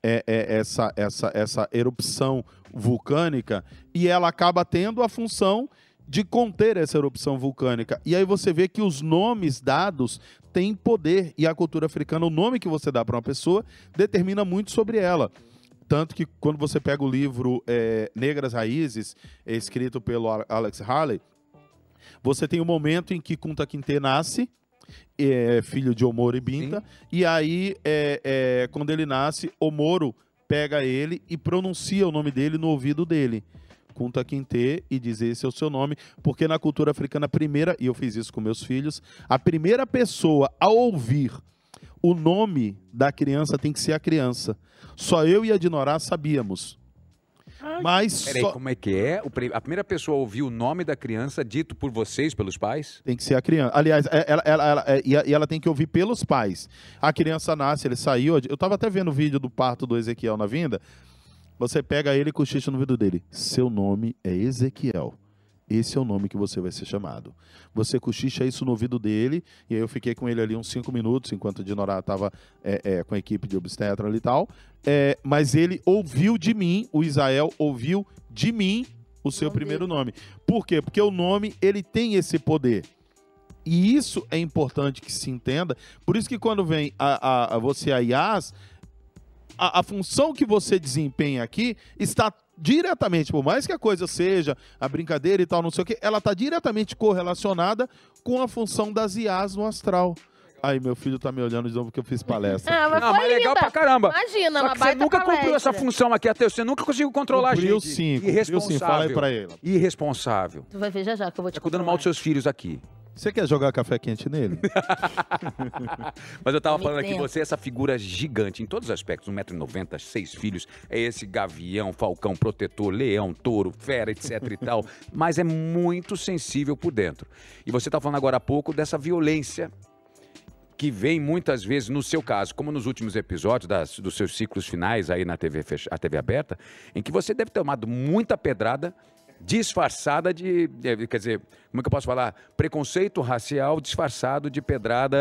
essa erupção vulcânica, e ela acaba tendo a função de conter essa erupção vulcânica. E aí você vê que os nomes dados têm poder. E a cultura africana, o nome que você dá para uma pessoa, determina muito sobre ela. Tanto que quando você pega o livro Negras Raízes, escrito pelo Alex Haley, você tem o momento em que Kunta Kinte nasce, filho de Omoro e Binta, sim. E aí, quando ele nasce, Omoro pega ele e pronuncia o nome dele no ouvido dele. Kunta Kinte, e dizer esse é o seu nome, porque na cultura africana, e eu fiz isso com meus filhos, a primeira pessoa a ouvir o nome da criança tem que ser a criança. Só eu e a Dinorá sabíamos. Mas peraí, como é que é? A primeira pessoa a ouvir o nome da criança dito por vocês, pelos pais? Tem que ser a criança. Aliás, ela tem que ouvir pelos pais. A criança nasce, ele saiu. Eu estava até vendo o vídeo do parto do Ezequiel na vinda. Você pega ele e cochicha no ouvido dele. Seu nome é Ezequiel. Esse é o nome que você vai ser chamado. Você cochicha isso no ouvido dele, e aí eu fiquei com ele ali uns 5 minutos, enquanto a Dinorá estava com a equipe de obstetra ali e tal. Mas ele ouviu de mim, o Isael ouviu de mim o seu primeiro nome. Por quê? Porque o nome, ele tem esse poder. E isso é importante que se entenda. Por isso que quando vem você a Iás, a função que você desempenha aqui está diretamente, por mais que a coisa seja a brincadeira e tal, não sei o que, ela está diretamente correlacionada com a função das Iás no astral. Aí, meu filho tá me olhando de novo porque eu fiz palestra. Mas legal pra caramba. Imagina, só que você nunca cumpriu essa função aqui até, você nunca conseguiu controlar a gente. Cumpriu sim, fala aí pra ele. Irresponsável. Tu vai ver já que eu vou te contar. Tá cuidando mal dos seus filhos aqui. Você quer jogar café quente nele? Mas eu tava falando aqui, você é essa figura gigante em todos os aspectos, 1,90 m, 6 filhos, é esse gavião, falcão, protetor, leão, touro, fera, etc e tal, mas é muito sensível por dentro. E você tá falando agora há pouco dessa violência que vem muitas vezes, no seu caso, como nos últimos episódios dos seus ciclos finais aí na TV, a TV aberta, em que você deve ter tomado muita pedrada disfarçada quer dizer, como é que eu posso falar? Preconceito racial disfarçado de pedrada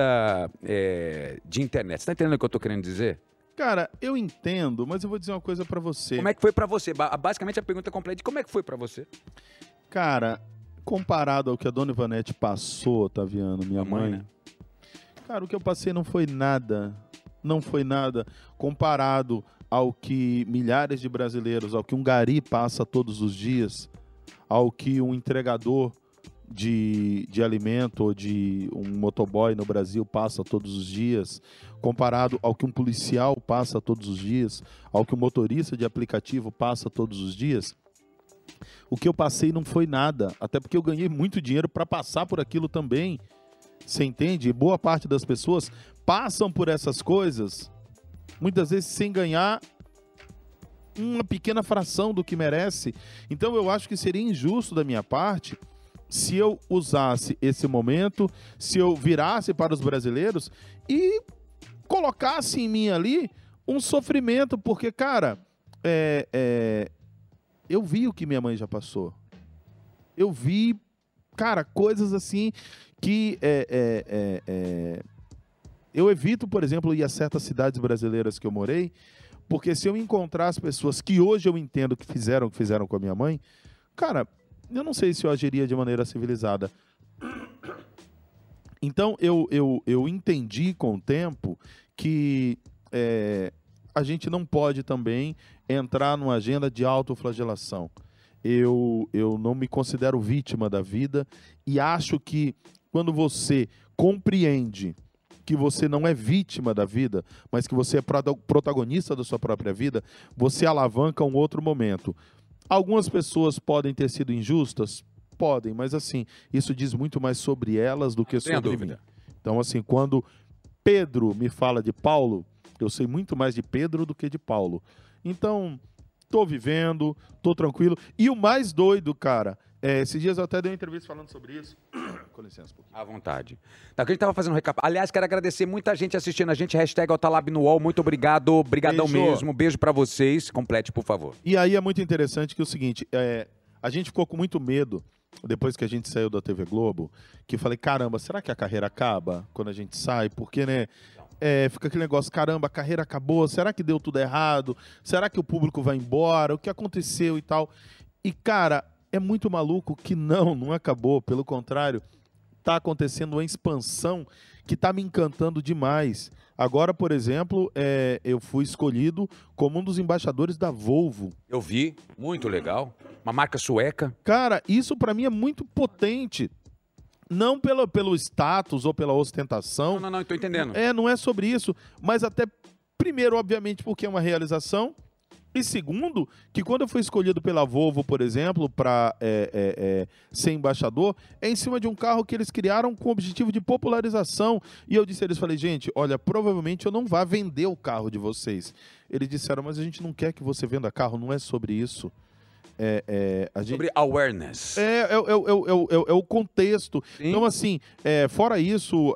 de internet. Você tá entendendo o que eu tô querendo dizer? Cara, eu entendo, mas eu vou dizer uma coisa pra você. Como é que foi pra você? Basicamente a pergunta é completa. Como é que foi pra você? Cara, comparado ao que a Dona Ivanete passou, Otaviano, minha mãe, né? Cara, o que eu passei não foi nada. Não foi nada comparado ao que milhares de brasileiros, ao que um gari passa todos os dias, ao que um entregador de alimento ou de um motoboy no Brasil passa todos os dias, comparado ao que um policial passa todos os dias, ao que um motorista de aplicativo passa todos os dias, o que eu passei não foi nada, até porque eu ganhei muito dinheiro para passar por aquilo também, você entende? Boa parte das pessoas passam por essas coisas, muitas vezes sem ganhar uma pequena fração do que merece. Então eu acho que seria injusto da minha parte se eu usasse esse momento, se eu virasse para os brasileiros e colocasse em mim ali um sofrimento, porque, cara, eu vi o que minha mãe já passou. Eu vi, cara, coisas assim que Eu evito, por exemplo, ir a certas cidades brasileiras que eu morei, porque se eu encontrar as pessoas que hoje eu entendo que fizeram com a minha mãe, cara, eu não sei se eu agiria de maneira civilizada. Então, eu entendi com o tempo que a gente não pode também entrar numa agenda de autoflagelação. Eu não me considero vítima da vida e acho que quando você compreende que você não é vítima da vida, mas que você é protagonista da sua própria vida, você alavanca um outro momento. Algumas pessoas podem ter sido injustas? Podem, mas assim, isso diz muito mais sobre elas do que sobre mim. Então, assim, quando Pedro me fala de Paulo, eu sei muito mais de Pedro do que de Paulo. Então, tô vivendo, tô tranquilo. E o mais doido, cara, esses dias eu até dei uma entrevista falando sobre isso. Com licença um pouquinho. À vontade. Tá, que a gente tava fazendo um recap. Aliás, quero agradecer muita gente assistindo a gente. #Altalab no UOL. Muito obrigado. Obrigadão mesmo. Beijo pra vocês. Complete, por favor. E aí é muito interessante que é o seguinte, a gente ficou com muito medo, depois que a gente saiu da TV Globo, que eu falei, caramba, será que a carreira acaba quando a gente sai? Porque, né, fica aquele negócio, caramba, a carreira acabou, será que deu tudo errado? Será que o público vai embora? O que aconteceu e tal? E, cara, é muito maluco que não acabou, pelo contrário, tá acontecendo uma expansão que tá me encantando demais. Agora, por exemplo, eu fui escolhido como um dos embaixadores da Volvo. Eu vi, muito legal. Uma marca sueca. Cara, isso pra mim é muito potente. Não pelo status ou pela ostentação. Não, tô entendendo. Não é sobre isso. Mas até, primeiro, obviamente, porque é uma realização. E segundo, que quando eu fui escolhido pela Volvo, por exemplo, para ser embaixador, é em cima de um carro que eles criaram com o objetivo de popularização. E eu disse a eles, falei, gente, olha, provavelmente eu não vá vender o carro de vocês. Eles disseram, mas a gente não quer que você venda carro, não é sobre isso. Sobre awareness. É o contexto. Sim. Então, assim, fora isso,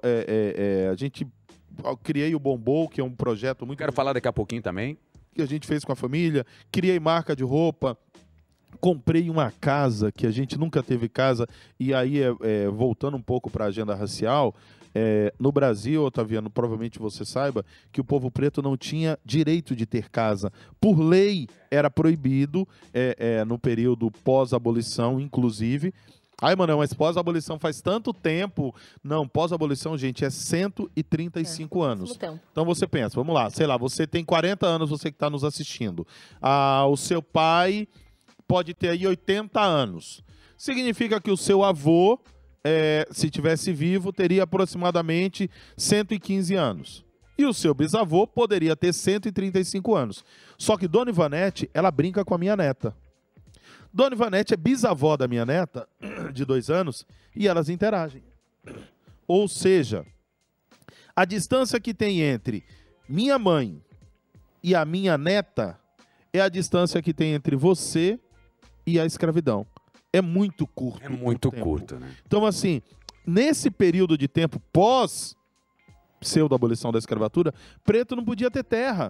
eu criei o Bombom, que é um projeto muito... Quero falar daqui a pouquinho também. Que a gente fez com a família, criei marca de roupa, comprei uma casa, que a gente nunca teve casa, e aí, voltando um pouco para a agenda racial, no Brasil, Otaviano, provavelmente você saiba, que o povo preto não tinha direito de ter casa. Por lei, era proibido, no período pós-abolição, inclusive. Ai, mano, mas pós-abolição faz tanto tempo. Não, pós-abolição, gente, é 135 anos. Então você pensa, vamos lá, sei lá, você tem 40 anos, você que está nos assistindo. O seu pai pode ter aí 80 anos. Significa que o seu avô, se tivesse vivo, teria aproximadamente 115 anos. E o seu bisavô poderia ter 135 anos. Só que Dona Ivanete, ela brinca com a minha neta. Dona Ivanete é bisavó da minha neta, de 2 anos, e elas interagem. Ou seja, a distância que tem entre minha mãe e a minha neta é a distância que tem entre você e a escravidão. É muito curto. É muito curto, né? Então, assim, nesse período de tempo pós-pseudo-abolição da escravatura, preto não podia ter terra.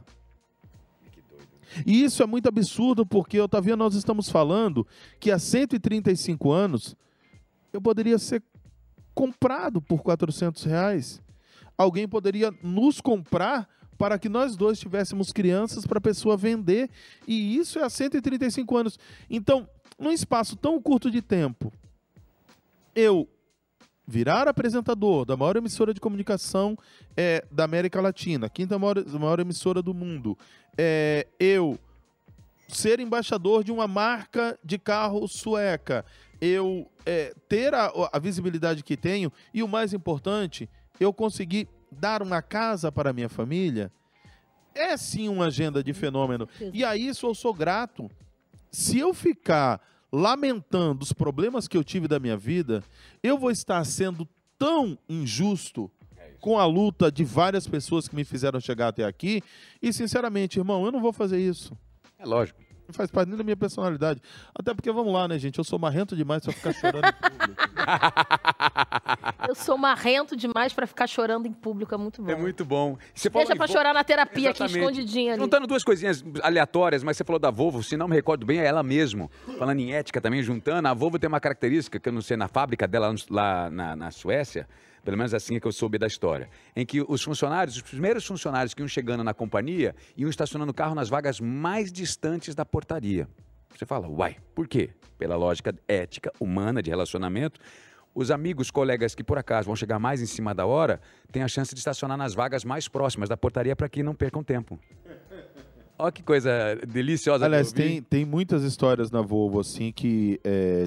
E isso é muito absurdo, porque, Otaviano, nós estamos falando que há 135 anos eu poderia ser comprado por R$400. Alguém poderia nos comprar para que nós dois tivéssemos crianças para a pessoa vender. E isso é há 135 anos. Então, num espaço tão curto de tempo, eu virar apresentador da maior emissora de comunicação da América Latina, quinta maior emissora do mundo, eu ser embaixador de uma marca de carro sueca, eu ter a visibilidade que tenho e, o mais importante, eu conseguir dar uma casa para a minha família, é sim uma agenda de fenômeno. E a isso eu sou grato. Se eu ficar lamentando os problemas que eu tive da minha vida, eu vou estar sendo tão injusto com a luta de várias pessoas que me fizeram chegar até aqui. E, sinceramente, irmão, eu não vou fazer isso. É lógico. Não faz parte nem da minha personalidade. Até porque, vamos lá, né, gente? Eu sou marrento demais pra ficar chorando em público. Eu sou marrento demais pra ficar chorando em público. É muito bom. É muito bom. Você Deixa pra chorar na terapia. Exatamente. Aqui, escondidinha ali. Juntando duas coisinhas aleatórias, mas você falou da Volvo, se não me recordo bem, é ela mesmo. Falando em ética também, juntando, a Volvo tem uma característica, que eu não sei, na fábrica dela lá na Suécia, pelo menos assim é que eu soube da história, em que os funcionários, os primeiros funcionários que iam chegando na companhia, iam estacionando o carro nas vagas mais distantes da portaria. Você fala, uai, por quê? Pela lógica ética, humana, de relacionamento, os amigos, colegas que por acaso vão chegar mais em cima da hora, têm a chance de estacionar nas vagas mais próximas da portaria para que não percam tempo. Olha que coisa deliciosa. Aliás, tem muitas histórias na Volvo, assim, que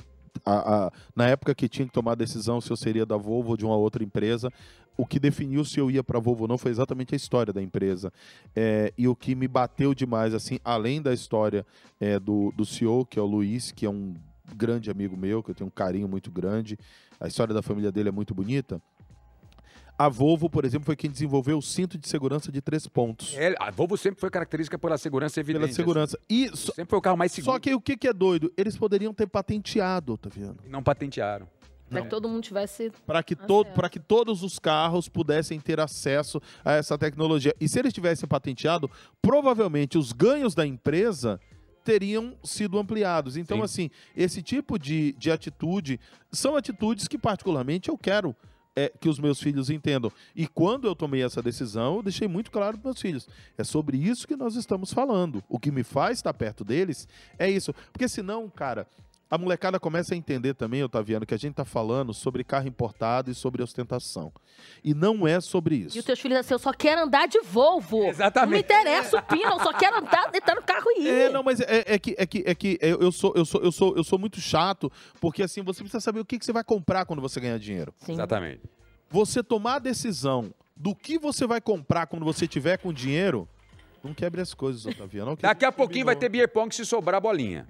na época que tinha que tomar a decisão se eu seria da Volvo ou de uma outra empresa, o que definiu se eu ia para a Volvo ou não foi exatamente a história da empresa. E o que me bateu demais, assim, além da história do CEO, que é o Luiz, que é um grande amigo meu, que eu tenho um carinho muito grande, a história da família dele é muito bonita. A Volvo, por exemplo, foi quem desenvolveu o cinto de segurança de 3 pontos. A Volvo sempre foi característica pela segurança evidente. Pela segurança. E sempre foi o carro mais seguro. Só que o que é doido? Eles poderiam ter patenteado, Otaviano. E não patentearam. Para que todo mundo tivesse... Para que todos os carros pudessem ter acesso a essa tecnologia. E se eles tivessem patenteado, provavelmente os ganhos da empresa teriam sido ampliados. Então, Sim. assim, esse tipo de atitude são atitudes que, particularmente, eu quero que os meus filhos entendam. E quando eu tomei essa decisão, eu deixei muito claro para meus filhos. É sobre isso que nós estamos falando. O que me faz estar perto deles é isso. Porque senão, cara, a molecada começa a entender também, Otaviano, que a gente está falando sobre carro importado e sobre ostentação. E não é sobre isso. E os teus filhos assim, eu só quero andar de Volvo. Exatamente. Não me interessa o pino, eu só quero andar, deitar no carro e ir. Não, mas eu sou muito chato, porque assim, você precisa saber o que você vai comprar quando você ganhar dinheiro. Sim. Exatamente. Você tomar a decisão do que você vai comprar quando você tiver com dinheiro, não quebre as coisas, Otaviano. Daqui a pouquinho vai ter beer pong se sobrar a bolinha.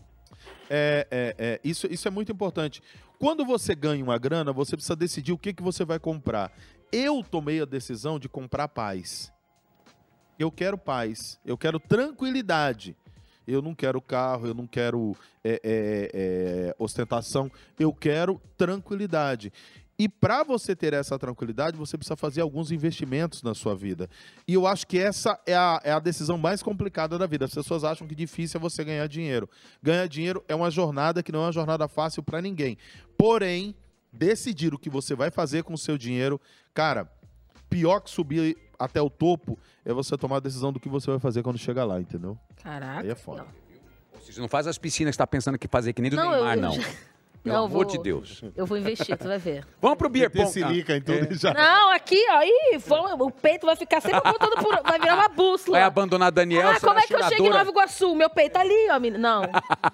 Isso é muito importante. Quando você ganha uma grana, você precisa decidir o que você vai comprar. Eu tomei a decisão de comprar paz. Eu quero paz, eu quero tranquilidade. Eu não quero carro, eu não quero ostentação, eu quero tranquilidade. E para você ter essa tranquilidade, você precisa fazer alguns investimentos na sua vida. E eu acho que essa é a decisão mais complicada da vida. As pessoas acham que difícil é você ganhar dinheiro. Ganhar dinheiro é uma jornada que não é uma jornada fácil para ninguém. Porém, decidir o que você vai fazer com o seu dinheiro, cara, pior que subir até o topo é você tomar a decisão do que você vai fazer quando chegar lá, entendeu? Caraca. Aí é foda. Ou seja, não faz as piscinas que tá pensando que fazer que nem do Neymar, não. Pelo amor de Deus. Eu vou investir, tu vai ver. Vamos pro beer pong. Silica, então, já. Não, aqui, ó. O peito vai ficar sempre apontando por... Vai virar uma bússola. Vai abandonar a Daniela. Como é que eu chego em Nova Iguaçu? Meu peito ali, ó, menina. Não.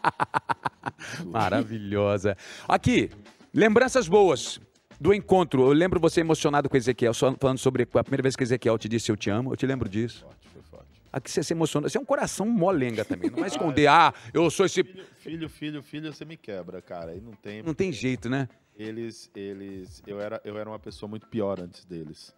Maravilhosa. Aqui, lembranças boas do encontro. Eu lembro você emocionado com o Ezequiel, só falando sobre a primeira vez que o Ezequiel te disse eu te amo. Eu te lembro disso. Foi forte. Aqui você se emociona. Você é um coração molenga também. Não vai esconder, eu sou esse... Filho, você me quebra, cara. Aí não tem... Não tem jeito, né? Eu era uma pessoa muito pior antes deles.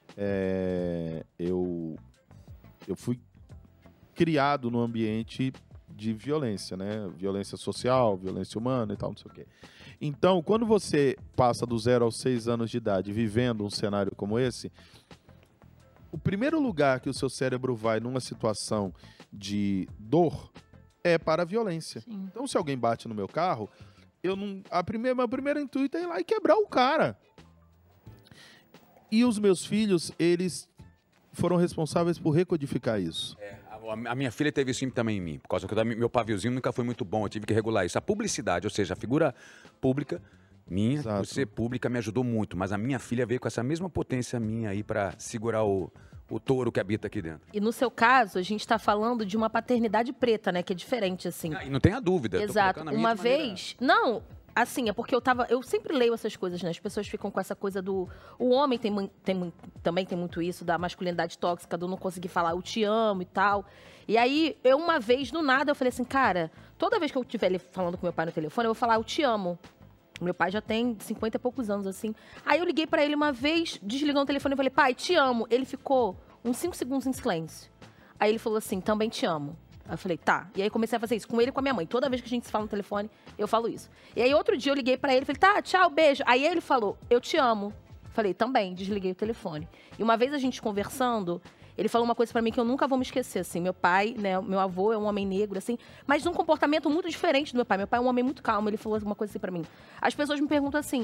Eu fui criado num ambiente de violência, né? Violência social, violência humana e tal, não sei o quê. Então, quando você passa do 0 aos 6 anos de idade vivendo um cenário como esse, o primeiro lugar que o seu cérebro vai numa situação de dor é para a violência. Sim. Então, se alguém bate no meu carro, meu primeiro intuito é ir lá e quebrar o cara. E os meus filhos, eles foram responsáveis por recodificar isso. A minha filha teve isso também em mim, por causa que o meu paviozinho nunca foi muito bom, eu tive que regular isso. A publicidade, ou seja, a figura pública minha, Exato. Você pública me ajudou muito, mas a minha filha veio com essa mesma potência minha aí para segurar o touro que habita aqui dentro. E no seu caso, a gente tá falando de uma paternidade preta, né? Que é diferente, assim. E não tenha dúvida. Exato. Uma vez... Não, assim, é porque eu sempre leio essas coisas, né? As pessoas ficam com essa coisa do... O homem também tem muito isso, da masculinidade tóxica, do não conseguir falar eu te amo e tal. E aí, uma vez, do nada, eu falei assim, cara, toda vez que eu estiver falando com meu pai no telefone, eu vou falar eu te amo. Meu pai já tem 50 e poucos anos, assim. Aí eu liguei pra ele uma vez, desligando o telefone e falei, pai, te amo. Ele ficou uns 5 segundos em silêncio. Aí ele falou assim, também te amo. Aí eu falei, tá. E aí comecei a fazer isso com ele e com a minha mãe. Toda vez que a gente se fala no telefone, eu falo isso. E aí outro dia eu liguei pra ele e falei, tá, tchau, beijo. Aí ele falou, eu te amo. Falei, também, desliguei o telefone. E uma vez a gente conversando, ele falou uma coisa pra mim que eu nunca vou me esquecer, assim. Meu pai, né, meu avô é um homem negro, assim, mas num comportamento muito diferente do meu pai. Meu pai é um homem muito calmo. Ele falou uma coisa assim pra mim. As pessoas me perguntam assim,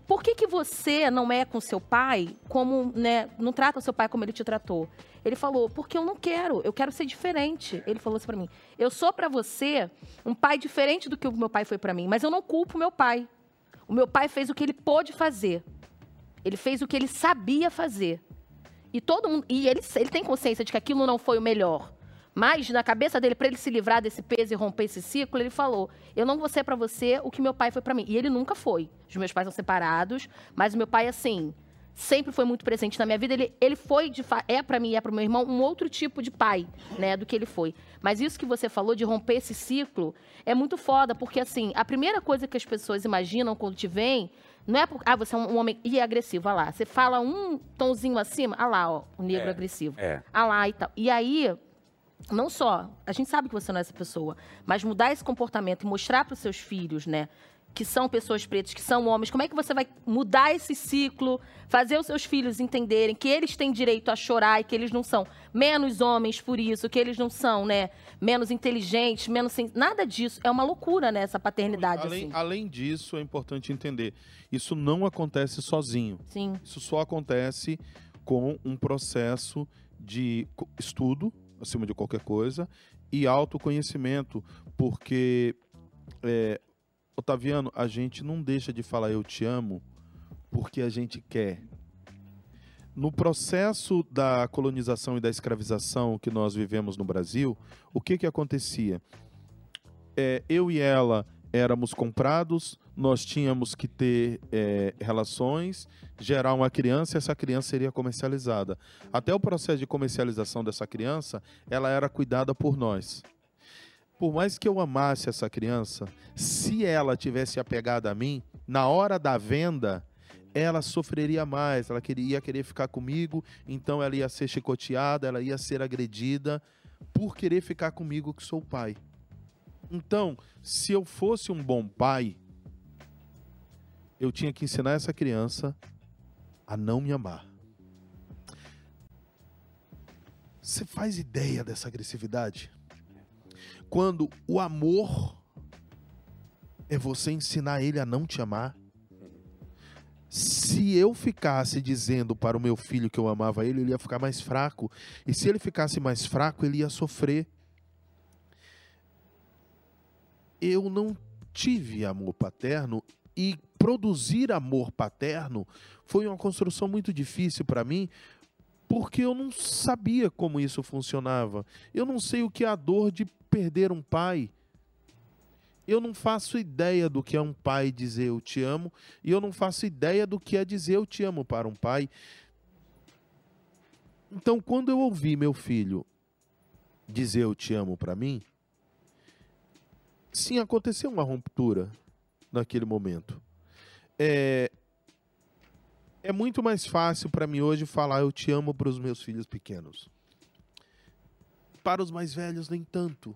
por que você não é com seu pai como, né, não trata o seu pai como ele te tratou? Ele falou, porque eu quero ser diferente. Ele falou assim pra mim, eu sou pra você um pai diferente do que o meu pai foi pra mim, mas eu não culpo o meu pai. O meu pai fez o que ele pôde fazer. Ele fez o que ele sabia fazer. E todo mundo, e ele tem consciência de que aquilo não foi o melhor. Mas, na cabeça dele, para ele se livrar desse peso e romper esse ciclo, ele falou, eu não vou ser para você o que meu pai foi para mim. E ele nunca foi. Os meus pais são separados, mas o meu pai, assim, sempre foi muito presente na minha vida. Ele foi, é para mim e é para o meu irmão, um outro tipo de pai, né, do que ele foi. Mas isso que você falou de romper esse ciclo é muito foda, porque, assim, a primeira coisa que as pessoas imaginam quando te veem, não é porque, você é um homem e é agressivo, olha lá. Você fala um tonzinho acima, olha lá, ó, o negro agressivo. Olha lá e tal. E aí... Não só, a gente sabe que você não é essa pessoa, mas mudar esse comportamento e mostrar para os seus filhos, né, que são pessoas pretas, que são homens, como é que você vai mudar esse ciclo, fazer os seus filhos entenderem que eles têm direito a chorar e que eles não são menos homens por isso, que eles não são, né, menos inteligentes, menos... Nada disso, é uma loucura, né, essa paternidade. Além disso, é importante entender, isso não acontece sozinho. Sim. Isso só acontece com um processo de estudo, acima de qualquer coisa, e autoconhecimento, porque, Otaviano, a gente não deixa de falar eu te amo porque a gente quer. No processo da colonização e da escravização que nós vivemos no Brasil, o que acontecia? Eu e ela éramos comprados, nós tínhamos que ter relações, gerar uma criança e essa criança seria comercializada. Até o processo de comercialização dessa criança, ela era cuidada por nós. Por mais que eu amasse essa criança, se ela tivesse apegada a mim, na hora da venda, ela sofreria mais, ela ia querer ficar comigo, então ela ia ser chicoteada, ela ia ser agredida por querer ficar comigo que sou o pai. Então, se eu fosse um bom pai, eu tinha que ensinar essa criança a não me amar. Você faz ideia dessa agressividade? Quando o amor é você ensinar ele a não te amar. Se eu ficasse dizendo para o meu filho que eu amava ele, ele ia ficar mais fraco. E se ele ficasse mais fraco, ele ia sofrer. Eu não tive amor paterno e produzir amor paterno foi uma construção muito difícil para mim, porque eu não sabia como isso funcionava. Eu não sei o que é a dor de perder um pai. Eu não faço ideia do que é um pai dizer eu te amo, e eu não faço ideia do que é dizer eu te amo para um pai. Então, quando eu ouvi meu filho dizer eu te amo para mim, sim, aconteceu uma ruptura naquele momento. É muito mais fácil para mim hoje falar eu te amo para os meus filhos pequenos. Para os mais velhos, nem tanto.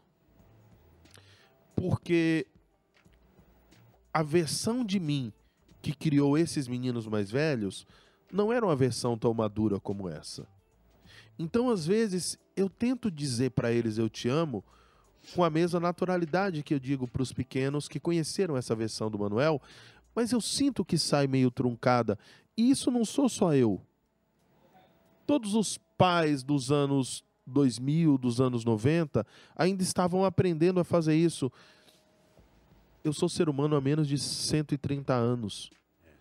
Porque a versão de mim que criou esses meninos mais velhos não era uma versão tão madura como essa. Então, às vezes, eu tento dizer para eles eu te amo com a mesma naturalidade que eu digo para os pequenos que conheceram essa versão do Manuel, mas eu sinto que sai meio truncada. E isso não sou só eu. Todos os pais dos anos 2000, dos anos 90, ainda estavam aprendendo a fazer isso. Eu sou ser humano há menos de 130 anos.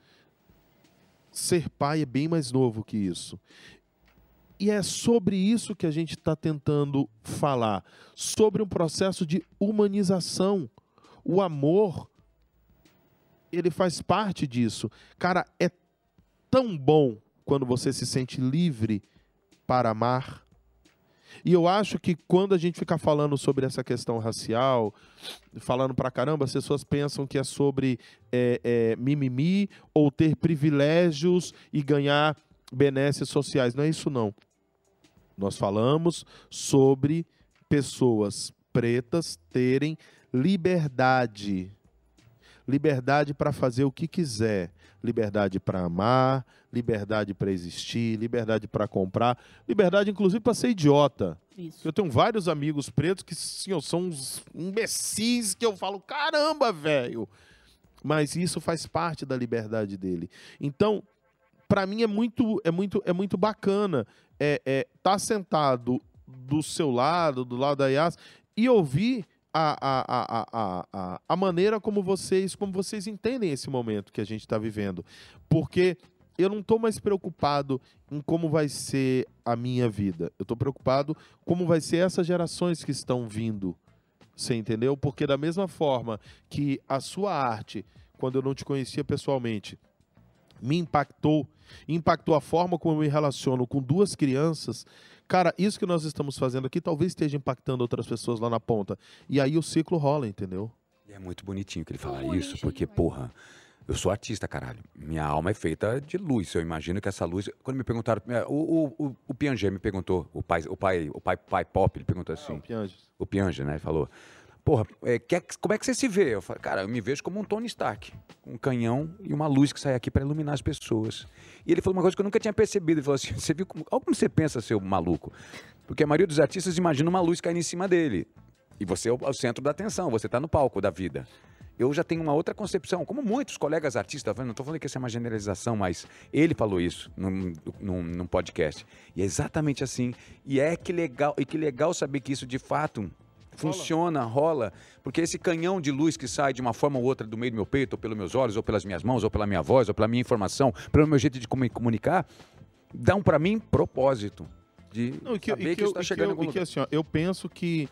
Ser pai é bem mais novo que isso. E é sobre isso que a gente está tentando falar. Sobre um processo de humanização. O amor, ele faz parte disso. Cara, é tão bom quando você se sente livre para amar. E eu acho que quando a gente fica falando sobre essa questão racial, falando pra caramba, as pessoas pensam que é sobre mimimi ou ter privilégios e ganhar benesses sociais. Não é isso, não. Nós falamos sobre pessoas pretas terem liberdade. Liberdade para fazer o que quiser. Liberdade para amar, liberdade para existir, liberdade para comprar, liberdade inclusive para ser idiota. Isso. Eu tenho vários amigos pretos que sim, são uns imbecis que eu falo, caramba, velho, mas isso faz parte da liberdade dele. Então, para mim é muito bacana tá sentado do seu lado, do lado da Yas, e ouvir a maneira como vocês entendem esse momento que a gente está vivendo. Porque eu não estou mais preocupado em como vai ser a minha vida. Eu estou preocupado como vai ser essas gerações que estão vindo. Você entendeu? Porque da mesma forma que a sua arte, quando eu não te conhecia pessoalmente, me impactou a forma como eu me relaciono com duas crianças, cara, isso que nós estamos fazendo aqui talvez esteja impactando outras pessoas lá na ponta. E aí o ciclo rola, entendeu? E é muito bonitinho que ele fala isso, porque, porra, eu sou artista, caralho. Minha alma é feita de luz. Eu imagino que essa luz... Quando me perguntaram... O Piaget me perguntou, o pai Pop, ele perguntou assim... O Piaget, né? Ele falou... Porra, como é que você se vê? Eu falei, cara, eu me vejo como um Tony Stark, com um canhão e uma luz que sai aqui para iluminar as pessoas. E ele falou uma coisa que eu nunca tinha percebido. Ele falou assim, você viu como você pensa, seu maluco? Porque a maioria dos artistas imagina uma luz caindo em cima dele. E você é o centro da atenção, você está no palco da vida. Eu já tenho uma outra concepção, como muitos colegas artistas, não estou falando que essa é uma generalização, mas ele falou isso num podcast. E é exatamente assim. E que legal saber que isso de fato... funciona, rola, porque esse canhão de luz que sai de uma forma ou outra do meio do meu peito, ou pelos meus olhos, ou pelas minhas mãos, ou pela minha voz, ou pela minha informação, pelo meu jeito de comunicar, dão para mim propósito de saber que isso está chegando em algum lugar. Assim, ó, eu penso que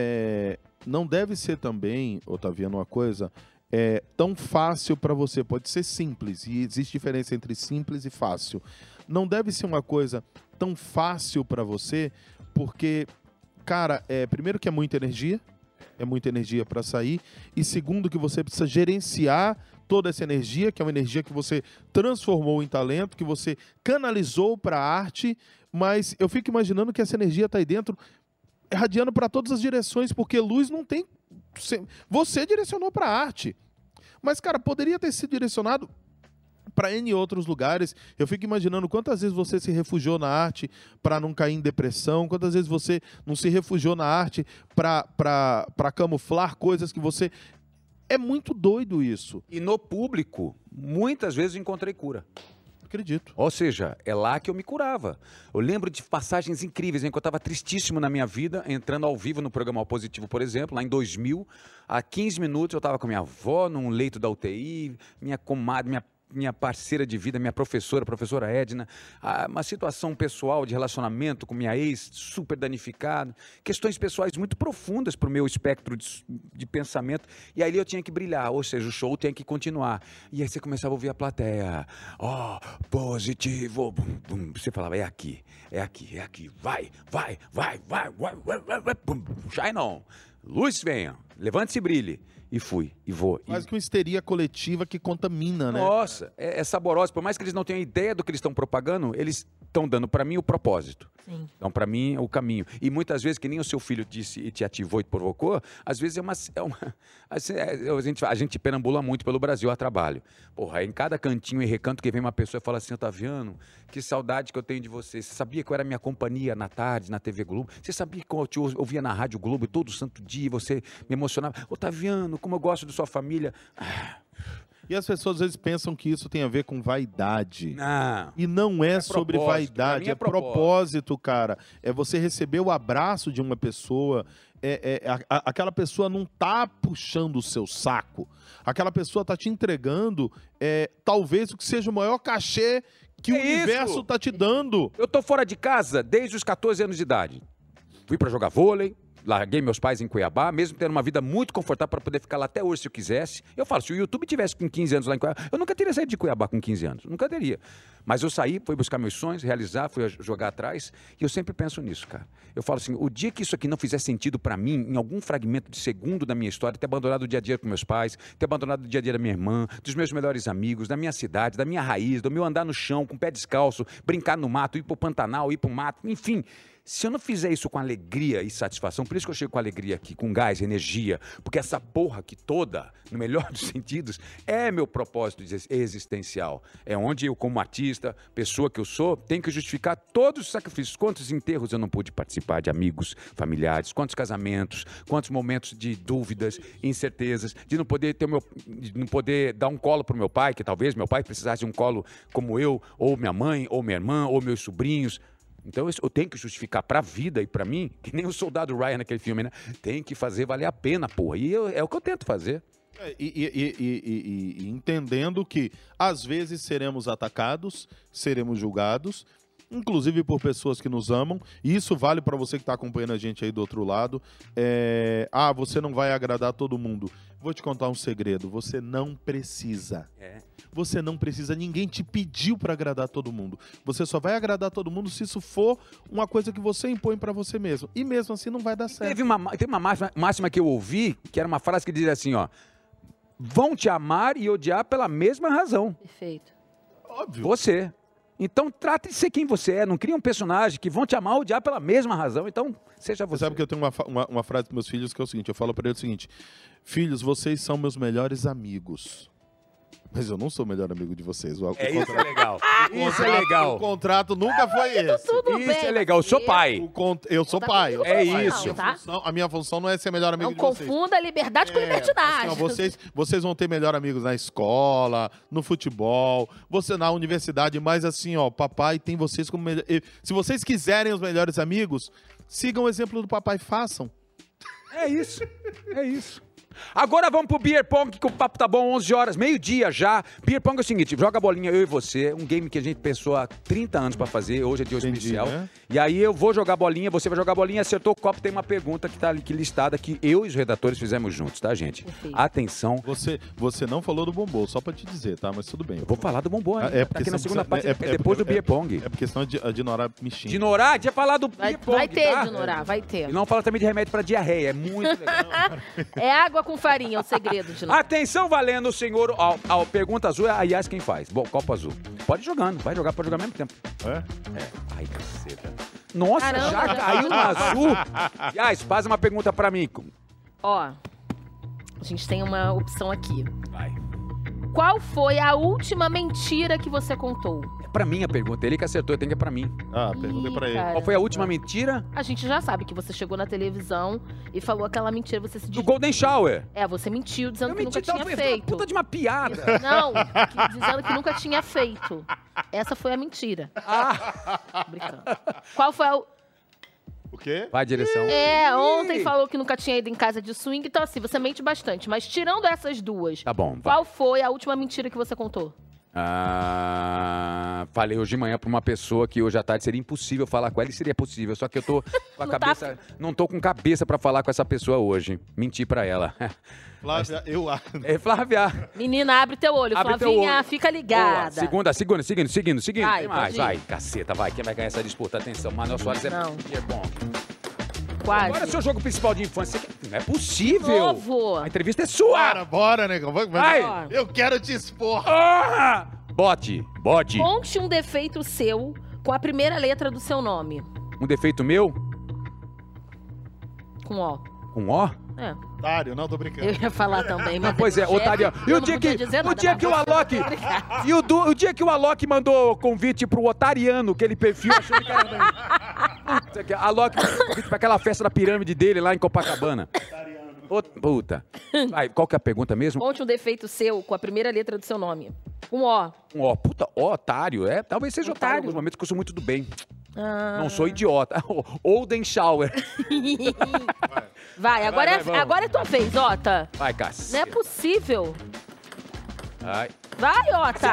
não deve ser também, Otaviano, uma coisa tão fácil para você. Pode ser simples, e existe diferença entre simples e fácil. Não deve ser uma coisa tão fácil para você, porque... Cara, primeiro que é muita energia para sair, e segundo que você precisa gerenciar toda essa energia, que é uma energia que você transformou em talento, que você canalizou para a arte, mas eu fico imaginando que essa energia está aí dentro, irradiando para todas as direções, porque luz não tem... Você direcionou para a arte, mas, cara, poderia ter sido direcionado para N outros lugares. Eu fico imaginando quantas vezes você se refugiou na arte para não cair em depressão, quantas vezes você não se refugiou na arte para camuflar coisas que você... É muito doido isso. E no público, muitas vezes eu encontrei cura. Acredito. Ou seja, é lá que eu me curava. Eu lembro de passagens incríveis em que eu estava tristíssimo na minha vida, entrando ao vivo no programa Ao Positivo, por exemplo, lá em 2000, há 15 minutos eu estava com a minha avó num leito da UTI, minha comadre, minha parceira de vida, minha professora, a professora Edna, uma situação pessoal de relacionamento com minha ex, super danificado, questões pessoais muito profundas para o meu espectro de pensamento, e aí eu tinha que brilhar, ou seja, o show tinha que continuar. E aí você começava a ouvir a plateia, positivo, bum, bum. Você falava, é aqui, vai, bum, shine on, luz venha, levante-se e brilhe. E fui, e vou. Quase que uma histeria coletiva que contamina, né? Nossa, é saborosa. Por mais que eles não tenham ideia do que eles estão propagando, eles estão dando para mim o propósito. Sim. Dão para mim o caminho. E muitas vezes, que nem o seu filho disse e te ativou e te provocou, às vezes a gente perambula muito pelo Brasil a trabalho. Porra, em cada cantinho e recanto que vem uma pessoa e fala assim, Otaviano, que saudade que eu tenho de você. Você sabia que eu era minha companhia na tarde, na TV Globo? Você sabia que eu te ouvia na Rádio Globo todo santo dia, você me emocionava? Otaviano, como eu gosto de sua família. E as pessoas às vezes pensam que isso tem a ver com vaidade. Não. E não é sobre vaidade, é propósito, cara. É você receber o abraço de uma pessoa. Aquela pessoa não tá puxando o seu saco. Aquela pessoa tá te entregando talvez o que seja o maior cachê que o universo tá te dando. Eu tô fora de casa desde os 14 anos de idade. Fui para jogar vôlei. Larguei meus pais em Cuiabá, mesmo tendo uma vida muito confortável para poder ficar lá até hoje se eu quisesse. Eu falo, se o YouTube tivesse com 15 anos lá em Cuiabá, eu nunca teria saído de Cuiabá com 15 anos. Nunca teria. Mas eu saí, fui buscar meus sonhos, realizar, fui jogar atrás. E eu sempre penso nisso, cara. Eu falo assim, o dia que isso aqui não fizer sentido para mim, em algum fragmento de segundo da minha história, ter abandonado o dia a dia com meus pais, ter abandonado o dia a dia da minha irmã, dos meus melhores amigos, da minha cidade, da minha raiz, do meu andar no chão, com o pé descalço, brincar no mato, ir pro Pantanal, ir pro mato, enfim... Se eu não fizer isso com alegria e satisfação, por isso que eu chego com alegria aqui, com gás, energia, porque essa porra aqui toda, no melhor dos sentidos, é meu propósito existencial. É onde eu, como artista, pessoa que eu sou, tenho que justificar todos os sacrifícios. Quantos enterros eu não pude participar de amigos, familiares, quantos casamentos, quantos momentos de dúvidas, incertezas, de não poder de não poder dar um colo pro meu pai, que talvez meu pai precisasse de um colo como eu, ou minha mãe, ou minha irmã, ou meus sobrinhos. Então eu tenho que justificar pra vida e pra mim, que nem o soldado Ryan naquele filme, né? Tem que fazer valer a pena, porra. E é o que eu tento fazer. E entendendo que às vezes seremos atacados, seremos julgados, inclusive por pessoas que nos amam, e isso vale para você que está acompanhando a gente aí do outro lado. Você não vai agradar todo mundo. Vou te contar um segredo, você não precisa. Você não precisa, ninguém te pediu para agradar todo mundo. Você só vai agradar todo mundo se isso for uma coisa que você impõe para você mesmo. E mesmo assim não vai dar certo. Teve uma máxima que eu ouvi, que era uma frase que dizia assim, ó: vão te amar e odiar pela mesma razão. Perfeito. Óbvio. Você. Então, trate de ser quem você é. Não cria um personagem que vão te amar ou odiar pela mesma razão. Então, seja você. Você sabe que eu tenho uma frase para meus filhos que é o seguinte, eu falo para eles o seguinte: filhos, vocês são meus melhores amigos. Mas eu não sou o melhor amigo de vocês. Isso é legal. Isso é legal. O contrato nunca foi esse. Isso é legal. Eu sou pai. Eu sou pai. É isso. A minha função não é ser melhor amigo de vocês. Não confunda liberdade com libertinagem. Assim, vocês vão ter melhor amigos na escola, no futebol, você na universidade, mas assim, ó, papai tem vocês como melhor. Se vocês quiserem os melhores amigos, sigam o exemplo do papai, façam. É isso. É isso. Agora vamos pro Beer Pong, que o papo tá bom, 11 horas, meio-dia já. Beer Pong é o seguinte, joga a bolinha eu e você, um game que a gente pensou há 30 anos pra fazer, hoje é dia especial. Né? E aí eu vou jogar a bolinha, você vai jogar a bolinha, acertou o copo, tem uma pergunta que tá aqui listada, que eu e os redatores fizemos juntos, tá, gente? Atenção. Você não falou do bombom, só pra te dizer, tá? Mas tudo bem. Eu vou falar do bombom, né? Porque aqui na segunda parte é depois do Beer Pong. É porque senão a Dinorá me xinga. Dinorá, deixa eu falar do Beer Pong, vai ter, tá? Dinorá, vai ter. E não fala também de remédio pra diarreia, é muito legal. É água com farinha, o segredo. Atenção, valendo, senhor. Pergunta azul é a Yas quem faz. Bom, copo azul. Pode ir jogando, pode jogar ao mesmo tempo. Ai, caceta. Nossa, caramba, já caiu no azul. Yas, faz uma pergunta pra mim. Ó, a gente tem uma opção aqui. Vai. Qual foi a última mentira que você contou? É pra mim a pergunta. Ele que acertou, eu tenho que é pra mim. Perguntei pra ele. Cara, qual foi a última mentira? A gente já sabe que você chegou na televisão e falou aquela mentira, você se do Golden Shower. Você mentiu dizendo que nunca tinha feito. Puta de uma piada. Não, dizendo que nunca tinha feito. Essa foi a mentira. Brincando. Qual foi a... O quê? Vai, direção. Ontem falou que nunca tinha ido em casa de swing, então assim, você mente bastante. Mas tirando essas duas, tá bom, qual foi a última mentira que você contou? Falei hoje de manhã pra uma pessoa que hoje à tarde seria impossível falar com ela, e seria possível, só que eu tô com a cabeça... Não tô com cabeça pra falar com essa pessoa hoje. Menti pra ela. Flávia, eu acho. Flávia. Menina, abre teu olho. Abre Flavinha, teu olho. Fica ligada. Boa. Seguindo. Vai, Tem mais, vai. Caceta, vai. Quem vai ganhar essa disputa? Atenção, Manuel Soares é bom. Quase. Agora é seu jogo principal de infância. Não é possível. Novo. A entrevista é sua. Bora, negão. Vai. Eu quero te expor. Bote. Conte um defeito seu com a primeira letra do seu nome. Um defeito meu? Com O. Com O? Otário, não, tô brincando. Eu ia falar também, mas... Pois é, otário. E o dia que o Alok... E o dia que o Alok mandou convite pro Otariano, aquele perfil, achando que era... Alok mandou convite pra aquela festa da pirâmide dele lá em Copacabana. Puta. Vai, qual que é a pergunta mesmo? Conte um defeito seu com a primeira letra do seu nome. Com O. Um O. Puta, otário. Talvez seja otário em alguns momentos, que eu sou muito do bem. Não sou idiota. Golden Shower. Vai, agora é tua vez, Ota. Vai, cacete. Não é possível. Vai, Ota.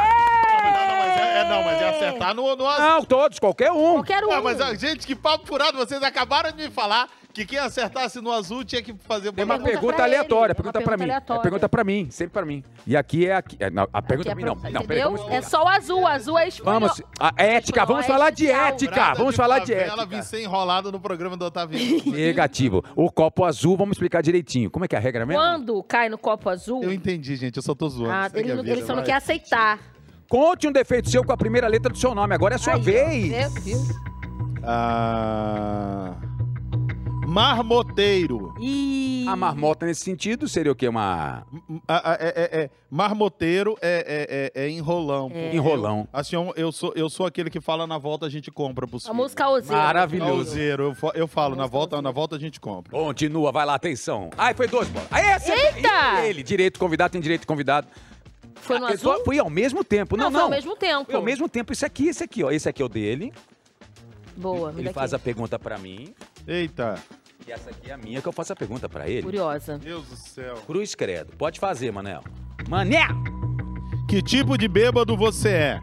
Mas é acertar no azul. Não, todos, qualquer um. Mas, gente, que papo furado. Vocês acabaram de me falar que quem acertasse no azul tinha que fazer... Tem uma pergunta aleatória, pergunta pra mim. Pergunta pra mim, sempre pra mim. E aqui é... A pergunta pra mim não. Entendeu? É só o azul é espanhol. Vamos, a ética, vamos falar de ética. Vamos falar de ética. Ela vir ser enrolada no programa do Otávio. Negativo. O copo azul, vamos explicar direitinho. Como é que é a regra mesmo? Quando cai no copo azul... Eu entendi, gente, eu só tô zoando. Ele só não quer aceitar. Conte um defeito seu com a primeira letra do seu nome. Agora é a sua vez. Viu? Marmoteiro. A marmota nesse sentido seria o quê? Uma... Marmoteiro é enrolão. Enrolão. Assim, eu sou aquele que fala na volta a gente compra pros A filhos. música Ozeiro. Maravilhoso. Caoseiro, eu falo, na volta a gente compra. Continua, vai lá, atenção. Ai, foi 2 bolas. Aí, Eita! Ele, direito convidado, tem direito convidado. Foi no azul? Foi ao mesmo tempo. Não, Foi ao mesmo tempo. Foi ao mesmo tempo. Esse aqui, ó. Esse aqui é o dele. Boa, me Ele dá faz aqui. a pergunta pra mim. Eita. E essa aqui é a minha, que eu faço a pergunta pra ele. Curiosa. Deus do céu. Cruz credo. Pode fazer, Manel. Manel! Que tipo de bêbado você é?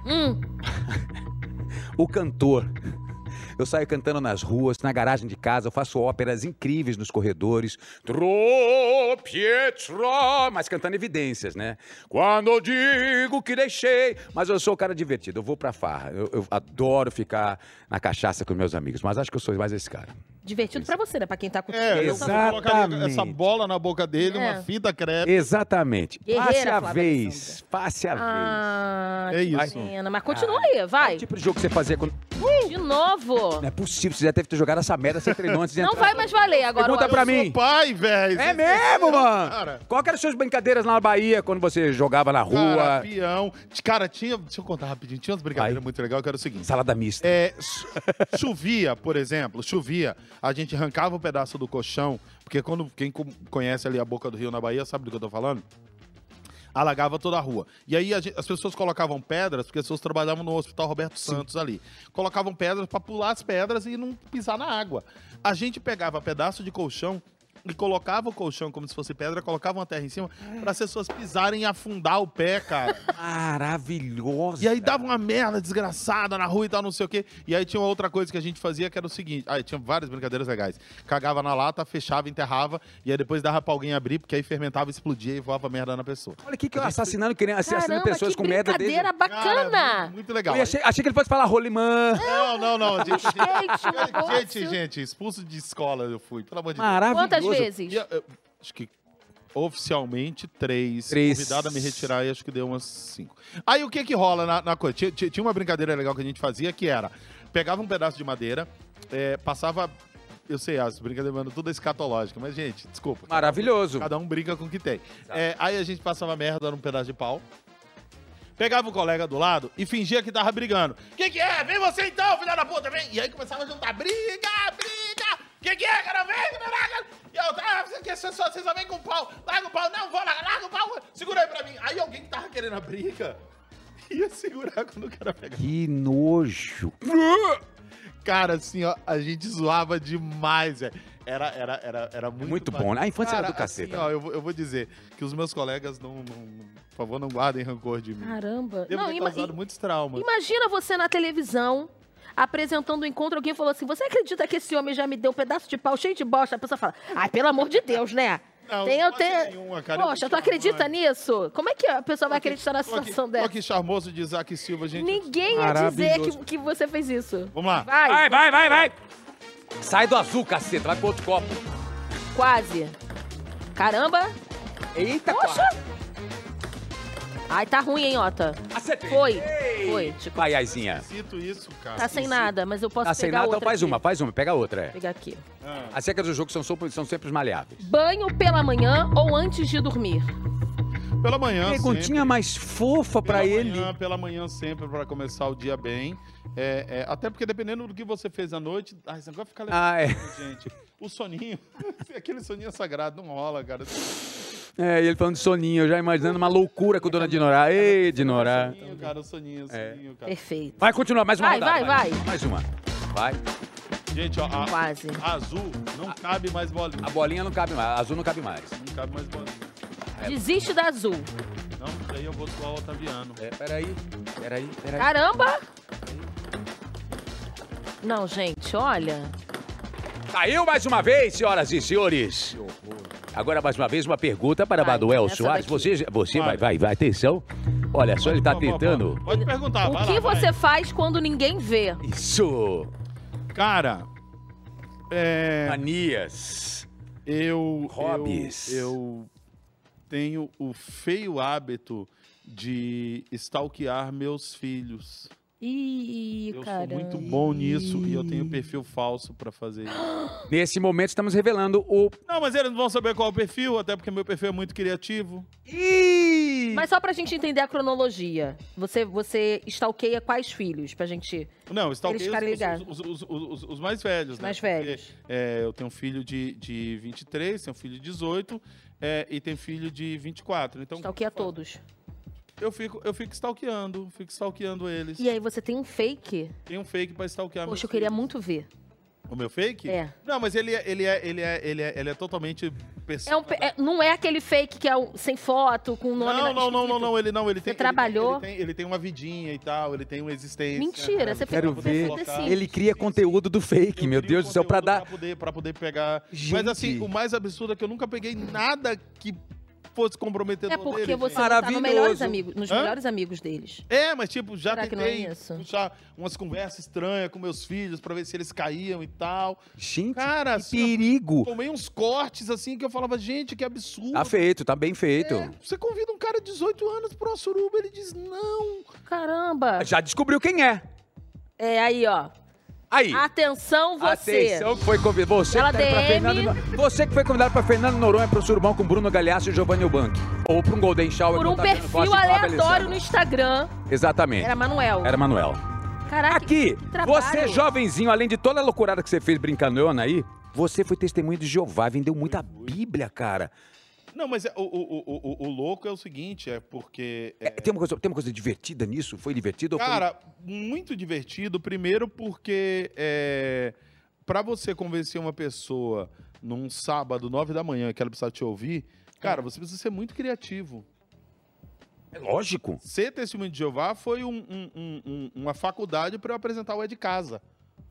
O cantor. Eu saio cantando nas ruas, na garagem de casa, eu faço óperas incríveis nos corredores. Pietro, mas cantando evidências, né? Quando eu digo que deixei. Mas eu sou o cara divertido, eu vou pra farra. Eu adoro ficar na cachaça com meus amigos, mas acho que eu sou mais esse cara. Divertido pra você, né? Pra quem tá com Eu colocaria essa bola na boca dele, É. uma fita crepe. Exatamente. Guerreira, Passe a Flávia vez. Passe a vez. Ah, É que isso. pena. Mas continua aí, vai. O tipo de jogo que você fazia quando... De novo. Não é possível, você já deve ter jogado essa merda, você treinou antes de Não entrar. vai mais valer agora. Pergunta o pra azul. mim. Pai, velho. É mesmo, mano? Cara. Qual que eram as suas brincadeiras lá na Bahia, quando você jogava na rua? Cara, peão. Cara, deixa eu contar rapidinho. Tinha umas brincadeiras Vai. muito legais que era o seguinte. Salada mista. Chovia, por exemplo, a gente arrancava um pedaço do colchão, porque quem conhece ali a boca do rio na Bahia sabe do que eu tô falando? Alagava toda a rua. E aí as pessoas colocavam pedras, porque as pessoas trabalhavam no Hospital Roberto Santos ali. Colocavam pedras para pular as pedras e não pisar na água. A gente pegava pedaço de colchão e colocava o colchão como se fosse pedra, colocava uma terra em cima para as pessoas pisarem e afundar o pé, cara. Maravilhosa. E aí dava uma merda desgraçada na rua e tal, não sei o quê. E aí tinha uma outra coisa que a gente fazia que era o seguinte. Aí tinha várias brincadeiras legais. Cagava na lata, fechava, enterrava. E aí depois dava pra alguém abrir, porque aí fermentava, explodia e voava merda na pessoa. Olha o que eu assassinando assassinando Caramba, pessoas que com merda dele. brincadeira bacana. Cara, muito legal. Eu achei que ele fosse falar rolimã. Não. Skate, Gente, expulso de escola eu fui, pelo amor de Deus. Maravilhoso. Quantas vezes? E acho que oficialmente 3. Três. Convidado a me retirar e acho que deu umas 5. Aí o que que rola na coisa? Tinha uma brincadeira legal que a gente fazia que era, pegava um pedaço de madeira, passava, eu sei, as brincadeiras mandam tudo escatológica, mas gente, desculpa. Maravilhoso. Cada um brinca com o que tem. Aí a gente passava merda num pedaço de pau, pegava o colega do lado e fingia que tava brigando. Que é? Vem você então, filha da puta, vem! E aí começava a juntar briga! Que é, cara? Vem! E eu, você só vem com o pau. Larga o pau, não, vou larga o pau. Segura aí pra mim. Aí alguém que tava querendo a briga ia segurar quando o cara pegava. Que nojo. Cara, assim, ó, a gente zoava demais, velho. Era Muito bom, né? A infância era do assim, cacete. ó, eu vou dizer que os meus colegas por favor, não guardem rancor de mim. Caramba. Devo ter causado muitos traumas. Imagina você na televisão, apresentando o encontro, alguém falou assim, você acredita que esse homem já me deu um pedaço de pau cheio de bosta? A pessoa fala, ai, pelo amor de Deus, né? Não, Tem, não pode ser nenhuma, cara. Poxa, tu acredita nisso? Como é que a pessoa vai acreditar na situação dessa? Olha que charmoso de Isaac Silva, gente. Ninguém ia dizer Maravilhoso. que você fez isso. Vamos lá. Vai. Sai do azul, caceta. Vai pro outro copo. Quase. Caramba. Eita, Poxa. Ai, tá ruim, hein, Ota? Acertei. Foi. Tipo, Vai, Aizinha. Cito isso, cara. tá sem nada, mas eu posso Tá pegar sem nada, então outra faz aqui. faz uma. Pega outra, Vou pegar aqui. As regras do jogo são sempre os maleáveis. Banho pela manhã ou antes de dormir? Pela manhã, Perguntinha sempre. mais fofa pra ele. Pela manhã sempre, pra começar o dia bem. Até porque dependendo do que você fez à noite, esse negócio vai ficar legal, gente. O soninho, aquele soninho sagrado, não rola, cara. E ele falando de soninho, eu já imaginando uma loucura com a dona Dinorá. Ei, Dinorá. O soninho, cara. Perfeito. Vai continuar, mais uma rodada. Vai. Mais uma. Vai. Gente, ó, Quase. a azul não cabe mais bolinha. A bolinha não cabe mais, a azul não cabe mais. Não cabe mais bolinha. Desiste da azul. Não, aí eu vou suar o Otaviano. Peraí. Caramba! Não, gente, olha. Caiu mais uma vez, senhoras e senhores. Agora, mais uma vez, uma pergunta para Vai, Manuel essa Soares. daqui. Você vai, atenção. Olha só, ele tá tentando. Pode perguntar, O vai que lá, vai. você faz quando ninguém vê? Isso. Cara, Manias. Hobbies. Eu tenho o feio hábito de stalkear meus filhos. Ih, Eu caramba. sou muito bom nisso e eu tenho perfil falso pra fazer isso. Nesse momento estamos revelando o... Não, mas eles não vão saber qual é o perfil, até porque meu perfil é muito criativo. Ih! Mas só pra gente entender a cronologia. Você stalkeia quais filhos? Pra gente... Não, Eles ficarem ligados. os mais velhos, Os né? mais Porque, velhos. eu tenho um filho de 23, tenho um filho de 18 e tenho filho de 24. Então, Stalkeia todos. eu fico stalkeando eles. E aí você tem um fake? Tem um fake pra stalkear meus Poxa, eu queria filhos. muito ver. O meu fake? É. Não, mas ele é totalmente pessoal. Não é aquele fake que é sem foto, com o nome Não, ele tem. Você trabalhou? Ele tem uma vidinha e tal, ele tem uma existência. Mentira, você Quero fez ver. você sim. Ele cria conteúdo do fake, meu Deus do céu, pra dar... Pra poder pegar. Gente. Mas assim, o mais absurdo é que eu nunca peguei nada que fosse comprometedor É porque dele, você gente. não tá no Maravilhoso. nos Hã? melhores amigos deles. Mas tipo, já Será que não é tentei isso? puxar umas conversas estranhas com meus filhos pra ver se eles caíam e tal. Gente, Cara, que assim, perigo. tomei uns cortes assim que eu falava, gente, que absurdo. Tá feito, tá bem feito. Você convida um cara de 18 anos pro suruba, ele diz não. Caramba. Já descobriu quem é. É aí, ó. Aí. Atenção, você. Atenção que foi convidado. Ela DM. Você que foi convidado para Fernando Noronha para o surubão com Bruno Galhaço e Giovanni Eubank. Ou para um Golden Shower. Por com um Otaviano perfil Costa e Flávia aleatório Alessandra. no Instagram. Exatamente. Era Manuel. Era Manuel. Caraca, Aqui, que trabalho. você jovenzinho, além de toda a loucurada que você fez brincandona aí, você foi testemunho de Jeová, vendeu muita Bíblia, cara. Não, mas o louco é o seguinte, porque... Tem uma coisa divertida nisso? Foi divertido? Ou Cara, muito divertido. Primeiro porque pra você convencer uma pessoa num sábado, 9 da manhã, que ela precisa te ouvir, cara, você precisa ser muito criativo. É lógico. Ser testemunho de Jeová foi uma faculdade pra eu apresentar o É de Casa.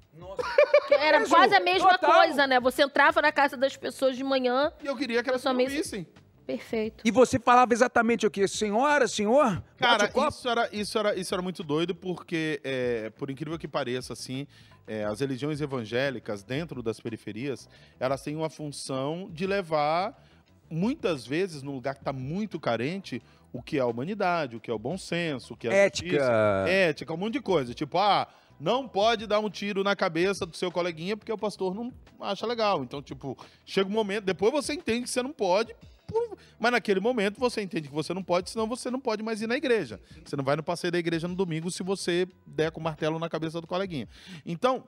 Era quase a mesma Total. coisa, né? Você entrava na casa das pessoas de manhã. E eu queria que elas me Pessoalmente- ouvissem. Perfeito. E você falava exatamente o quê? Senhora, senhor? Cara, Bote o copo. isso era muito doido, porque, por incrível que pareça, assim, as religiões evangélicas dentro das periferias, elas têm uma função de levar, muitas vezes, num lugar que está muito carente, o que é a humanidade, o que é o bom senso, o que é a Ética. justiça, ética, um monte de coisa. Tipo, não pode dar um tiro na cabeça do seu coleguinha porque o pastor não acha legal. Então, tipo, chega um momento, depois você entende que você não pode, mas naquele momento você entende que você não pode, senão você não pode mais ir na igreja. Você não vai no passeio da igreja no domingo se você der com o martelo na cabeça do coleguinha. Então,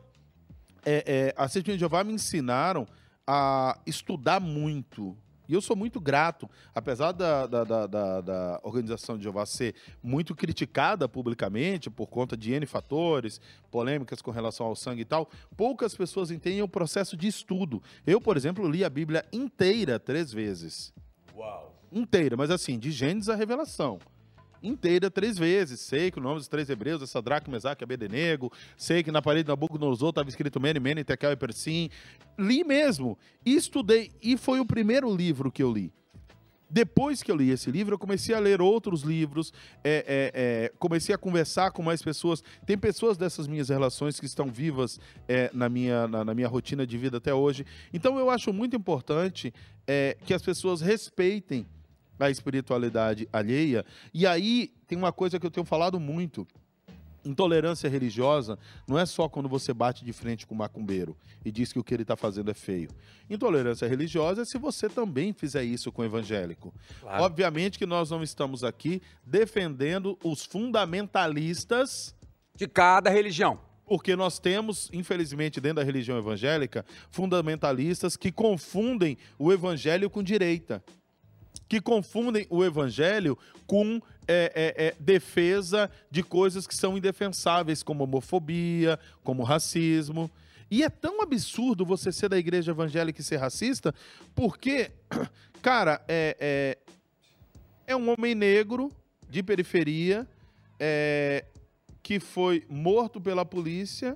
a Testemunha de Jeová me ensinaram a estudar muito. E eu sou muito grato, apesar da organização de Jeová ser muito criticada publicamente por conta de N fatores, polêmicas com relação ao sangue e tal, poucas pessoas entendem o processo de estudo. Eu, por exemplo, li a Bíblia inteira 3 vezes. Uau. Inteira, mas assim, de Gênesis à Revelação. Inteira 3 vezes. Sei que o nome dos 3 hebreus é Sadraque, Mesaque e Abednego. Sei que na parede do Nabucodonosor estava escrito Mene, Mene, Tekel e Persim. Li mesmo. E estudei. E foi o primeiro livro que eu li. Depois que eu li esse livro, eu comecei a ler outros livros, comecei a conversar com mais pessoas. Tem pessoas dessas minhas relações que estão vivas na minha rotina de vida até hoje. Então, eu acho muito importante que as pessoas respeitem a espiritualidade alheia. E aí, tem uma coisa que eu tenho falado muito. Intolerância religiosa não é só quando você bate de frente com o macumbeiro e diz que o que ele está fazendo é feio. Intolerância religiosa é se você também fizer isso com o evangélico. Claro. Obviamente que nós não estamos aqui defendendo os fundamentalistas, De cada religião. porque nós temos, infelizmente, dentro da religião evangélica, fundamentalistas que confundem o evangelho com direita. Que confundem o evangelho com defesa de coisas que são indefensáveis, como homofobia, como racismo. E é tão absurdo você ser da igreja evangélica e ser racista, porque, cara, é um homem negro de periferia que foi morto pela polícia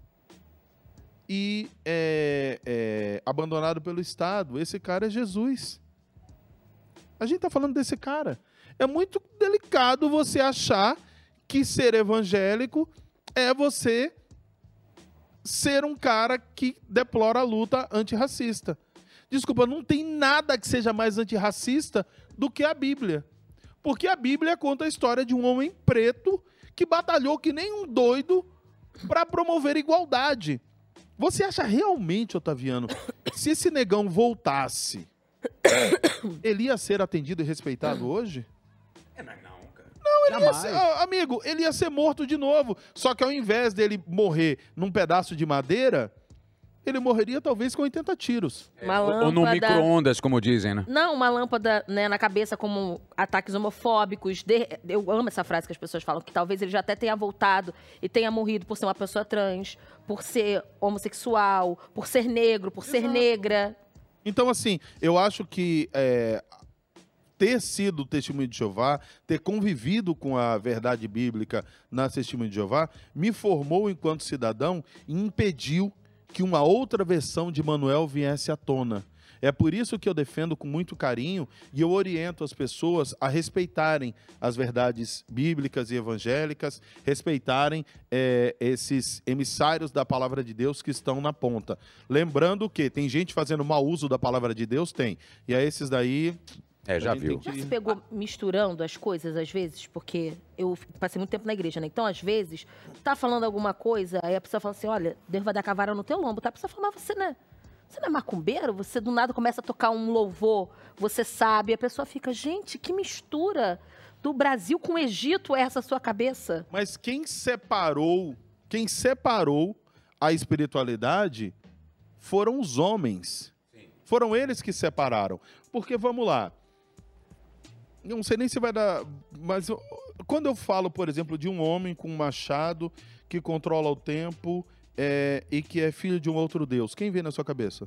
e abandonado pelo Estado. Esse cara é Jesus. A gente tá falando desse cara. É muito delicado você achar que ser evangélico é você ser um cara que deplora a luta antirracista. Desculpa, não tem nada que seja mais antirracista do que a Bíblia. Porque a Bíblia conta a história de um homem preto que batalhou que nem um doido para promover igualdade. Você acha realmente, Otaviano, se esse negão voltasse, ele ia ser atendido e respeitado hoje? Não, ele ia ser, amigo, ele ia ser morto de novo. Só que ao invés dele morrer num pedaço de madeira, ele morreria talvez com 80 tiros. Ou no micro-ondas, como dizem, né? Não, uma lâmpada, né, na cabeça como ataques homofóbicos. Eu amo essa frase que as pessoas falam, que talvez ele já até tenha voltado e tenha morrido por ser uma pessoa trans, por ser homossexual, por ser negro, por ser negra. Então, assim, eu acho que ter sido testemunho de Jeová, ter convivido com a verdade bíblica na testemunho de Jeová, me formou enquanto cidadão e impediu que uma outra versão de Manuel viesse à tona. É por isso que eu defendo com muito carinho e eu oriento as pessoas a respeitarem as verdades bíblicas e evangélicas, respeitarem esses emissários da palavra de Deus que estão na ponta. Lembrando que tem gente fazendo mau uso da palavra de Deus? Tem. E a esses daí... já viu. Já se pegou misturando as coisas, às vezes? Porque eu passei muito tempo na igreja, né? Então, às vezes, tá falando alguma coisa, aí a pessoa fala assim, olha, Deus vai dar cavara no teu lombo, tá? A pessoa fala, mas você não é macumbeiro? Você do nada começa a tocar um louvor, você sabe, a pessoa fica, gente, que mistura do Brasil com o Egito é essa sua cabeça? Mas quem separou a espiritualidade foram os homens. Sim. Foram eles que separaram. Porque, vamos lá, eu não sei nem se vai dar... Mas quando eu falo, por exemplo, de um homem com um machado que controla o tempo e que é filho de um outro Deus, quem vem na sua cabeça?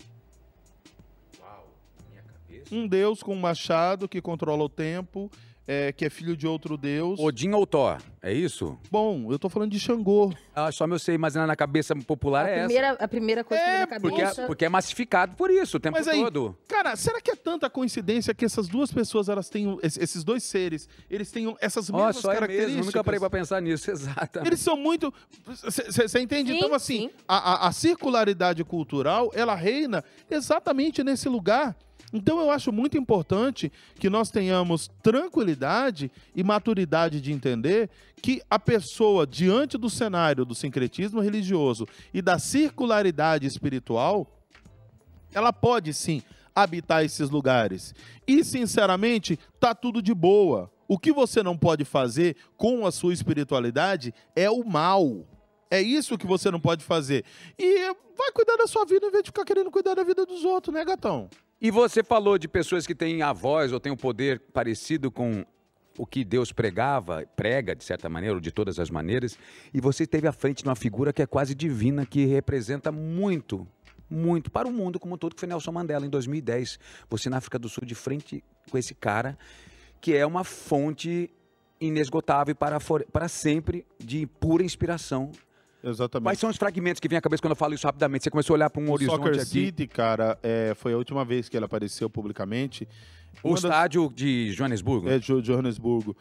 Uau, minha cabeça? Um Deus com um machado que controla o tempo, que é filho de outro Deus. Odin ou Thor, é isso? Bom, eu tô falando de Xangô. Só eu sei imaginar na cabeça popular essa. A primeira coisa que vem na cabeça... Porque é massificado por isso o tempo todo. Cara, será que é tanta coincidência que essas duas pessoas, elas têm, esses dois seres, eles têm essas mesmas características? Mesmo, nunca parei pra pensar nisso, exatamente. Eles são muito... Você entende? Sim, então, assim, sim. A circularidade cultural, ela reina exatamente nesse lugar. Então, eu acho muito importante que nós tenhamos tranquilidade e maturidade de entender que a pessoa, diante do cenário do sincretismo religioso e da circularidade espiritual, ela pode, sim, habitar esses lugares. E, sinceramente, tá tudo de boa. O que você não pode fazer com a sua espiritualidade é o mal. É isso que você não pode fazer. E vai cuidar da sua vida em vez de ficar querendo cuidar da vida dos outros, né, gatão? E você falou de pessoas que têm a voz ou têm um poder parecido com o que Deus prega, de certa maneira, ou de todas as maneiras, e você esteve à frente de uma figura que é quase divina, que representa muito para o mundo como um todo, que foi Nelson Mandela, em 2010. Você na África do Sul, de frente com esse cara, que é uma fonte inesgotável para sempre de pura inspiração. Exatamente. Quais são os fragmentos que vêm à cabeça quando eu falo isso rapidamente? Você começou a olhar para um horizonte Soccer aqui. City, cara, foi a última vez que ele apareceu publicamente. O estádio de Joanesburgo. De Joanesburgo.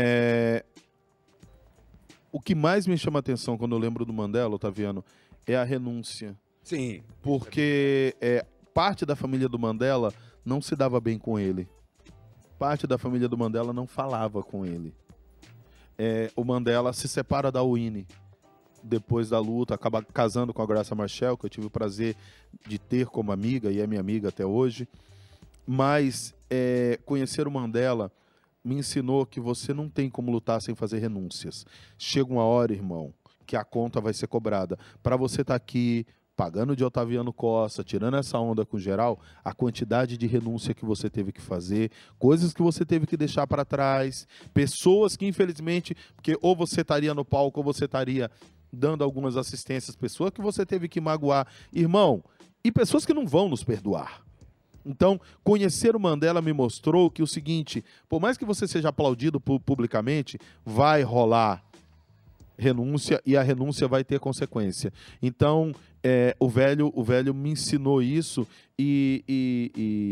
O que mais me chama a atenção quando eu lembro do Mandela, Otaviano, é a renúncia. Sim. Porque parte da família do Mandela não se dava bem com ele. Parte da família do Mandela não falava com ele. O Mandela se separa da Winnie depois da luta, acaba casando com a Graça Machel, que eu tive o prazer de ter como amiga, e é minha amiga até hoje. Mas conhecer o Mandela me ensinou que você não tem como lutar sem fazer renúncias. Chega uma hora, irmão, que a conta vai ser cobrada. Para você estar aqui pagando de Otaviano Costa, tirando essa onda com geral, a quantidade de renúncia que você teve que fazer, coisas que você teve que deixar para trás, pessoas que infelizmente, porque ou você estaria no palco ou você estaria dando algumas assistências, pessoas que você teve que magoar, irmão, e pessoas que não vão nos perdoar. Então, conhecer o Mandela me mostrou que o seguinte, por mais que você seja aplaudido publicamente, vai rolar renúncia e a renúncia vai ter consequência. Então, o velho me ensinou isso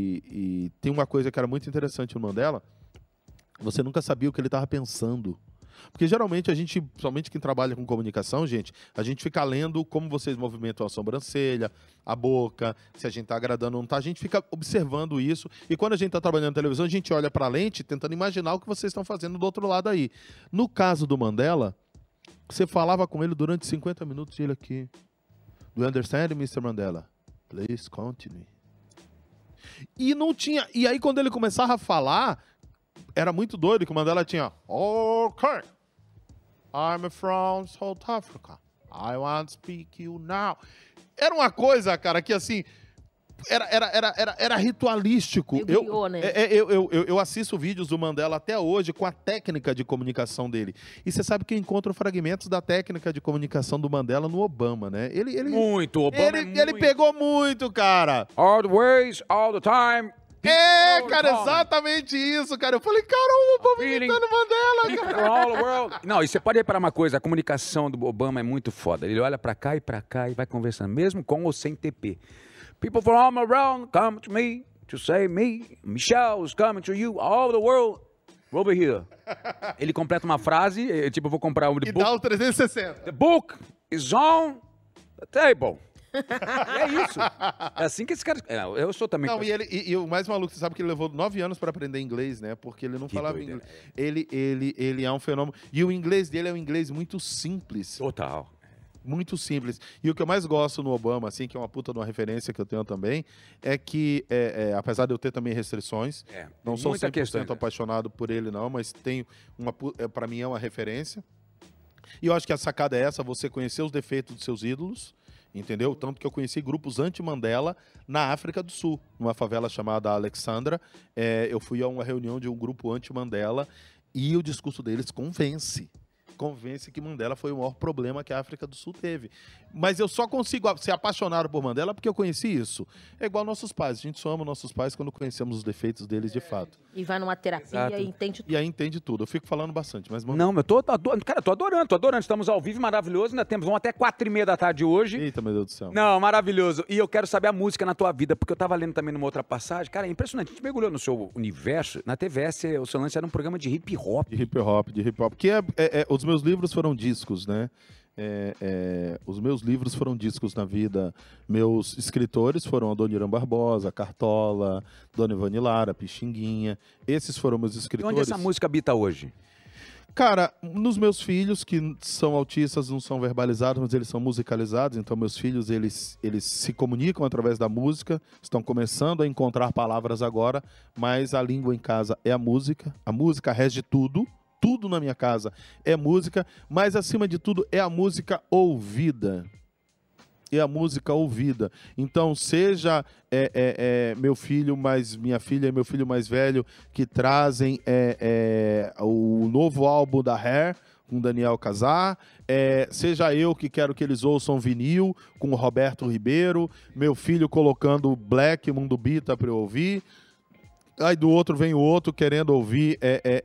e tem uma coisa que era muito interessante no Mandela, você nunca sabia o que ele estava pensando. Porque geralmente a gente, somente quem trabalha com comunicação, gente, a gente fica lendo como vocês movimentam a sobrancelha, a boca, se a gente tá agradando ou não tá, a gente fica observando isso. E quando a gente tá trabalhando na televisão, a gente olha pra lente tentando imaginar o que vocês estão fazendo do outro lado aí. No caso do Mandela, você falava com ele durante 50 minutos e ele aqui. Do you understand, Mr. Mandela? Please continue. E não tinha. E aí, quando ele começava a falar, era muito doido que o Mandela tinha. Ok. I'm from South Africa. I want to speak you now. Era uma coisa, cara, que assim. Era ritualístico. Eu assisto vídeos do Mandela até hoje com a técnica de comunicação dele. E você sabe que eu encontro fragmentos da técnica de comunicação do Mandela no Obama, né? Muito, Obama ele pegou muito, cara. All the ways, all the time. Cara, exatamente isso, cara. Eu falei, cara, o Obama imitando Mandela, cara. All the world. Não, e você pode reparar uma coisa, a comunicação do Obama é muito foda. Ele olha pra cá e vai conversando, mesmo com ou sem TP. People from all around come to me to say me. Michelle is coming to you. All the world over here. Ele completa uma frase, tipo, eu vou comprar um book. E dá o 360. The book is on the table. É isso. É assim que esse cara... eu sou também... Não, e o mais maluco, você sabe que ele levou 9 anos para aprender inglês, né? Porque ele não falava inglês. Ele é um fenômeno. E o inglês dele é um inglês muito simples. Total. Muito simples. E o que eu mais gosto no Obama, assim, que é uma puta de uma referência que eu tenho também, é que, apesar de eu ter também restrições, não sou 100% apaixonado por ele, não, mas tenho para mim é uma referência. E eu acho que a sacada é essa, você conhecer os defeitos dos seus ídolos, entendeu? Tanto que eu conheci grupos anti-Mandela na África do Sul, numa favela chamada Alexandra. Eu fui a uma reunião de um grupo anti-Mandela e o discurso deles convence que Mandela foi o maior problema que a África do Sul teve. Mas eu só consigo ser apaixonado por Mandela porque eu conheci isso. É igual nossos pais. A gente só ama nossos pais quando conhecemos os defeitos deles de fato. E vai numa terapia e entende tudo. E aí entende tudo. Eu fico falando bastante, mas... Não, eu tô adorando. Estamos ao vivo, maravilhoso. Ainda vamos até 4h30 da tarde hoje. Eita, meu Deus do céu. Não, maravilhoso. E eu quero saber a música na tua vida, porque eu tava lendo também numa outra passagem. Cara, é impressionante. A gente mergulhou no seu universo. Na TVS, o seu lance era um programa de hip hop. De hip hop. Porque os meus livros foram discos, né? Os meus livros foram discos na vida. Meus escritores foram a Dona Irã Barbosa, Cartola, Dona Ivani Lara, Pixinguinha. Esses foram meus escritores. E onde essa música habita hoje? Cara, nos meus filhos, que são autistas, não são verbalizados, mas eles são musicalizados. Então, meus filhos, eles se comunicam através da música. Estão começando a encontrar palavras agora, mas a língua em casa é a música. A música rege tudo. Tudo na minha casa é música, mas acima de tudo é a música ouvida. É a música ouvida. Então, seja meu filho mais minha filha e meu filho mais velho que trazem o novo álbum da Hair com Daniel Cazar, seja eu que quero que eles ouçam vinil com o Roberto Ribeiro, meu filho colocando Black Mundo Bita para eu ouvir. Aí do outro vem o outro querendo ouvir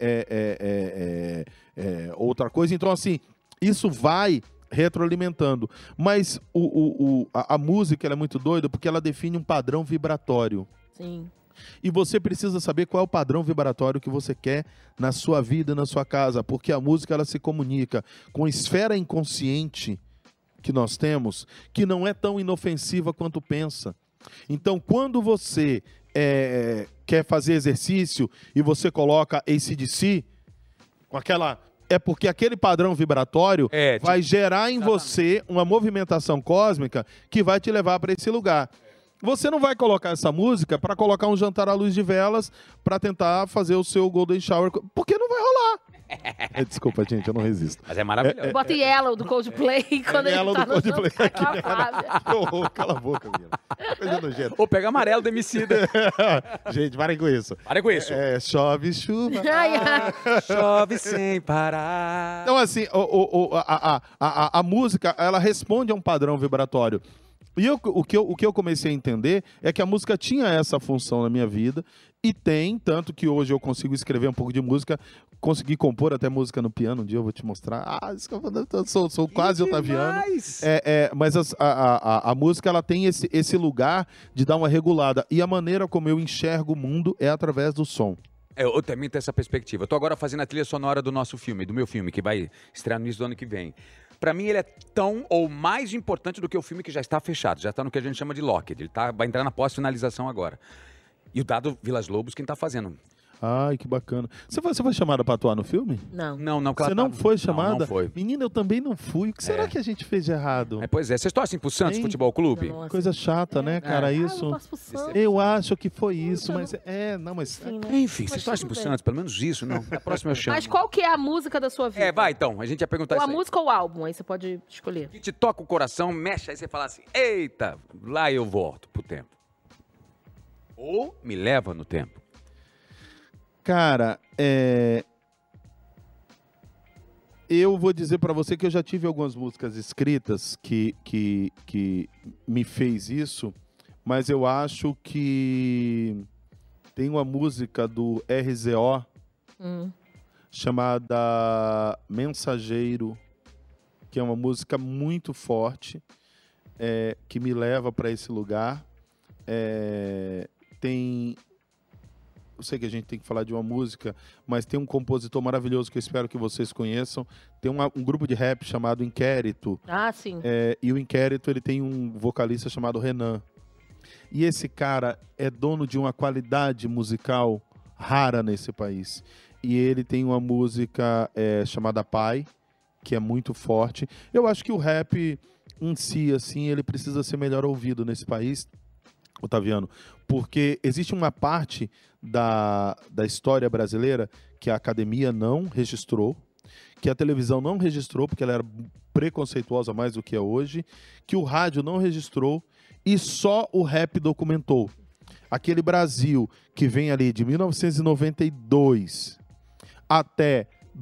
outra coisa. Então, assim, isso vai retroalimentando. Mas a música ela é muito doida porque ela define um padrão vibratório. Sim. E você precisa saber qual é o padrão vibratório que você quer na sua vida, na sua casa. Porque a música ela se comunica com a esfera inconsciente que nós temos, que não é tão inofensiva quanto pensa. Então, quando você quer fazer exercício e você coloca AC/DC com aquela... É porque aquele padrão vibratório vai gerar em você uma movimentação cósmica que vai te levar para esse lugar. Você não vai colocar essa música para colocar um jantar à luz de velas para tentar fazer o seu golden shower, porque não vai rolar. Desculpa, gente, eu não resisto. Mas é maravilhoso. Bota Yellow do Coldplay quando ele tá do Coldplay que horror, cala a boca, minha. Coisa nojenta. Ou pega amarelo do Emicida. Gente, parem com isso. Parem com isso. Chove, chuva. Chove sem parar. Então, assim, a música, ela responde a um padrão vibratório. E o que eu comecei a entender é que a música tinha essa função na minha vida e tem, tanto que hoje eu consigo escrever um pouco de música, consegui compor até música no piano, um dia eu vou te mostrar. Sou quase otaviano. Mas a música ela tem esse lugar de dar uma regulada. E a maneira como eu enxergo o mundo é através do som. Eu também tenho essa perspectiva. Eu tô agora fazendo a trilha sonora do nosso filme, do meu filme, que vai estrear no início do ano que vem. Pra mim, ele é tão ou mais importante do que o filme que já está fechado. Já está no que a gente chama de locked. Ele vai entrar na pós-finalização agora. E o Dado Vilas Lobos, quem tá fazendo. Ai, que bacana. Você foi chamada pra atuar no filme? Não. Claro, Você não foi chamada? Não foi. Menina, eu também não fui. O que será que a gente fez de errado? Pois é. Vocês torcem pro Santos Hein? Futebol Clube? Não, assim, Coisa chata, né, cara? Isso. eu torço pro Santos. Eu acho que foi isso, mas... mas... Sim, né? Enfim, vocês Mas torcem tudo pro bem. Santos, pelo menos isso, não. A próxima eu chamo. Mas qual que é a música da sua vida? Vai então. A gente ia perguntar Ou a isso aí. música ou o álbum, aí você pode escolher. Que te toca o coração, mexe, aí você fala assim, eita, lá eu volto pro tempo. Ou me leva no tempo. Cara, eu vou dizer pra você que eu já tive algumas músicas escritas que me fez isso, mas eu acho que tem uma música do RZO chamada Mensageiro, que é uma música muito forte, que me leva pra esse lugar. Eu sei que a gente tem que falar de uma música, mas tem um compositor maravilhoso que eu espero que vocês conheçam. Tem um grupo de rap chamado Inquérito. Ah, sim. E o Inquérito, ele tem um vocalista chamado Renan. E esse cara é dono de uma qualidade musical rara nesse país. E ele tem uma música chamada Pai, que é muito forte. Eu acho que o rap em si, assim, ele precisa ser melhor ouvido nesse país, Otaviano, porque existe uma parte da história brasileira que a academia não registrou, que a televisão não registrou, porque ela era preconceituosa mais do que é hoje, que o rádio não registrou e só o rap documentou. Aquele Brasil que vem ali de 1992 até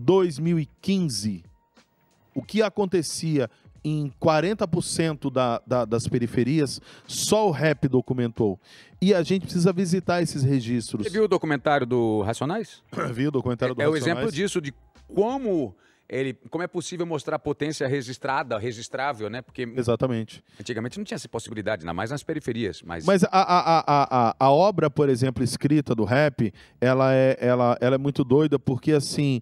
2015, o que acontecia em 40% das periferias, só o rap documentou. E a gente precisa visitar esses registros. Você viu o documentário do Racionais? Viu o documentário do É o Racionais? exemplo disso, de como é possível mostrar potência registrável, né? Porque Exatamente. antigamente não tinha essa possibilidade, ainda mais nas periferias. Mas a obra, por exemplo, escrita do rap, ela é muito doida, porque assim,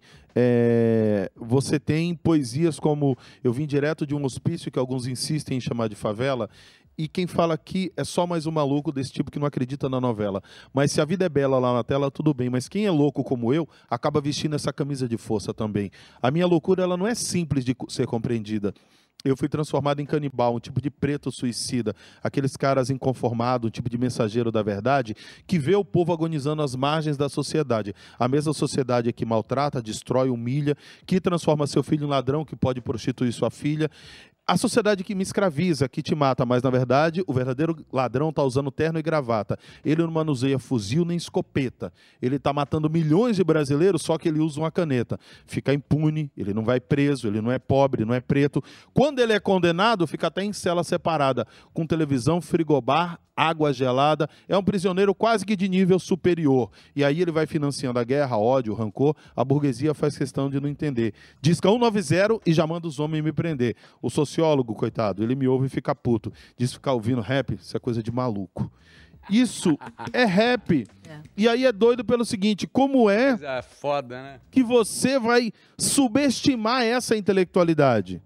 você tem poesias como Eu Vim Direto de um Hospício, que alguns insistem em chamar de favela, e quem fala aqui é só mais um maluco desse tipo que não acredita na novela. Mas se a vida é bela lá na tela, tudo bem. Mas quem é louco como eu, acaba vestindo essa camisa de força também. A minha loucura, ela não é simples de ser compreendida. Eu fui transformado em canibal, um tipo de preto suicida, aqueles caras inconformados, um tipo de mensageiro da verdade, que vê o povo agonizando às margens da sociedade. A mesma sociedade que maltrata, destrói, humilha, que transforma seu filho em ladrão, que pode prostituir sua filha. A sociedade que me escraviza, que te mata, mas na verdade o verdadeiro ladrão está usando terno e gravata. Ele não manuseia fuzil nem escopeta. Ele está matando milhões de brasileiros, só que ele usa uma caneta. Fica impune, ele não vai preso, ele não é pobre, não é preto. Quando ele é condenado, fica até em cela separada, com televisão, frigobar, água gelada. É um prisioneiro quase que de nível superior. E aí ele vai financiando a guerra, ódio, rancor. A burguesia faz questão de não entender. Disca 190 e já manda os homens me prender. O sociólogo, coitado, ele me ouve e fica puto. Diz ficar ouvindo rap, isso é coisa de maluco. Isso é rap. E aí é doido pelo seguinte, como é foda, né? que você vai subestimar essa intelectualidade?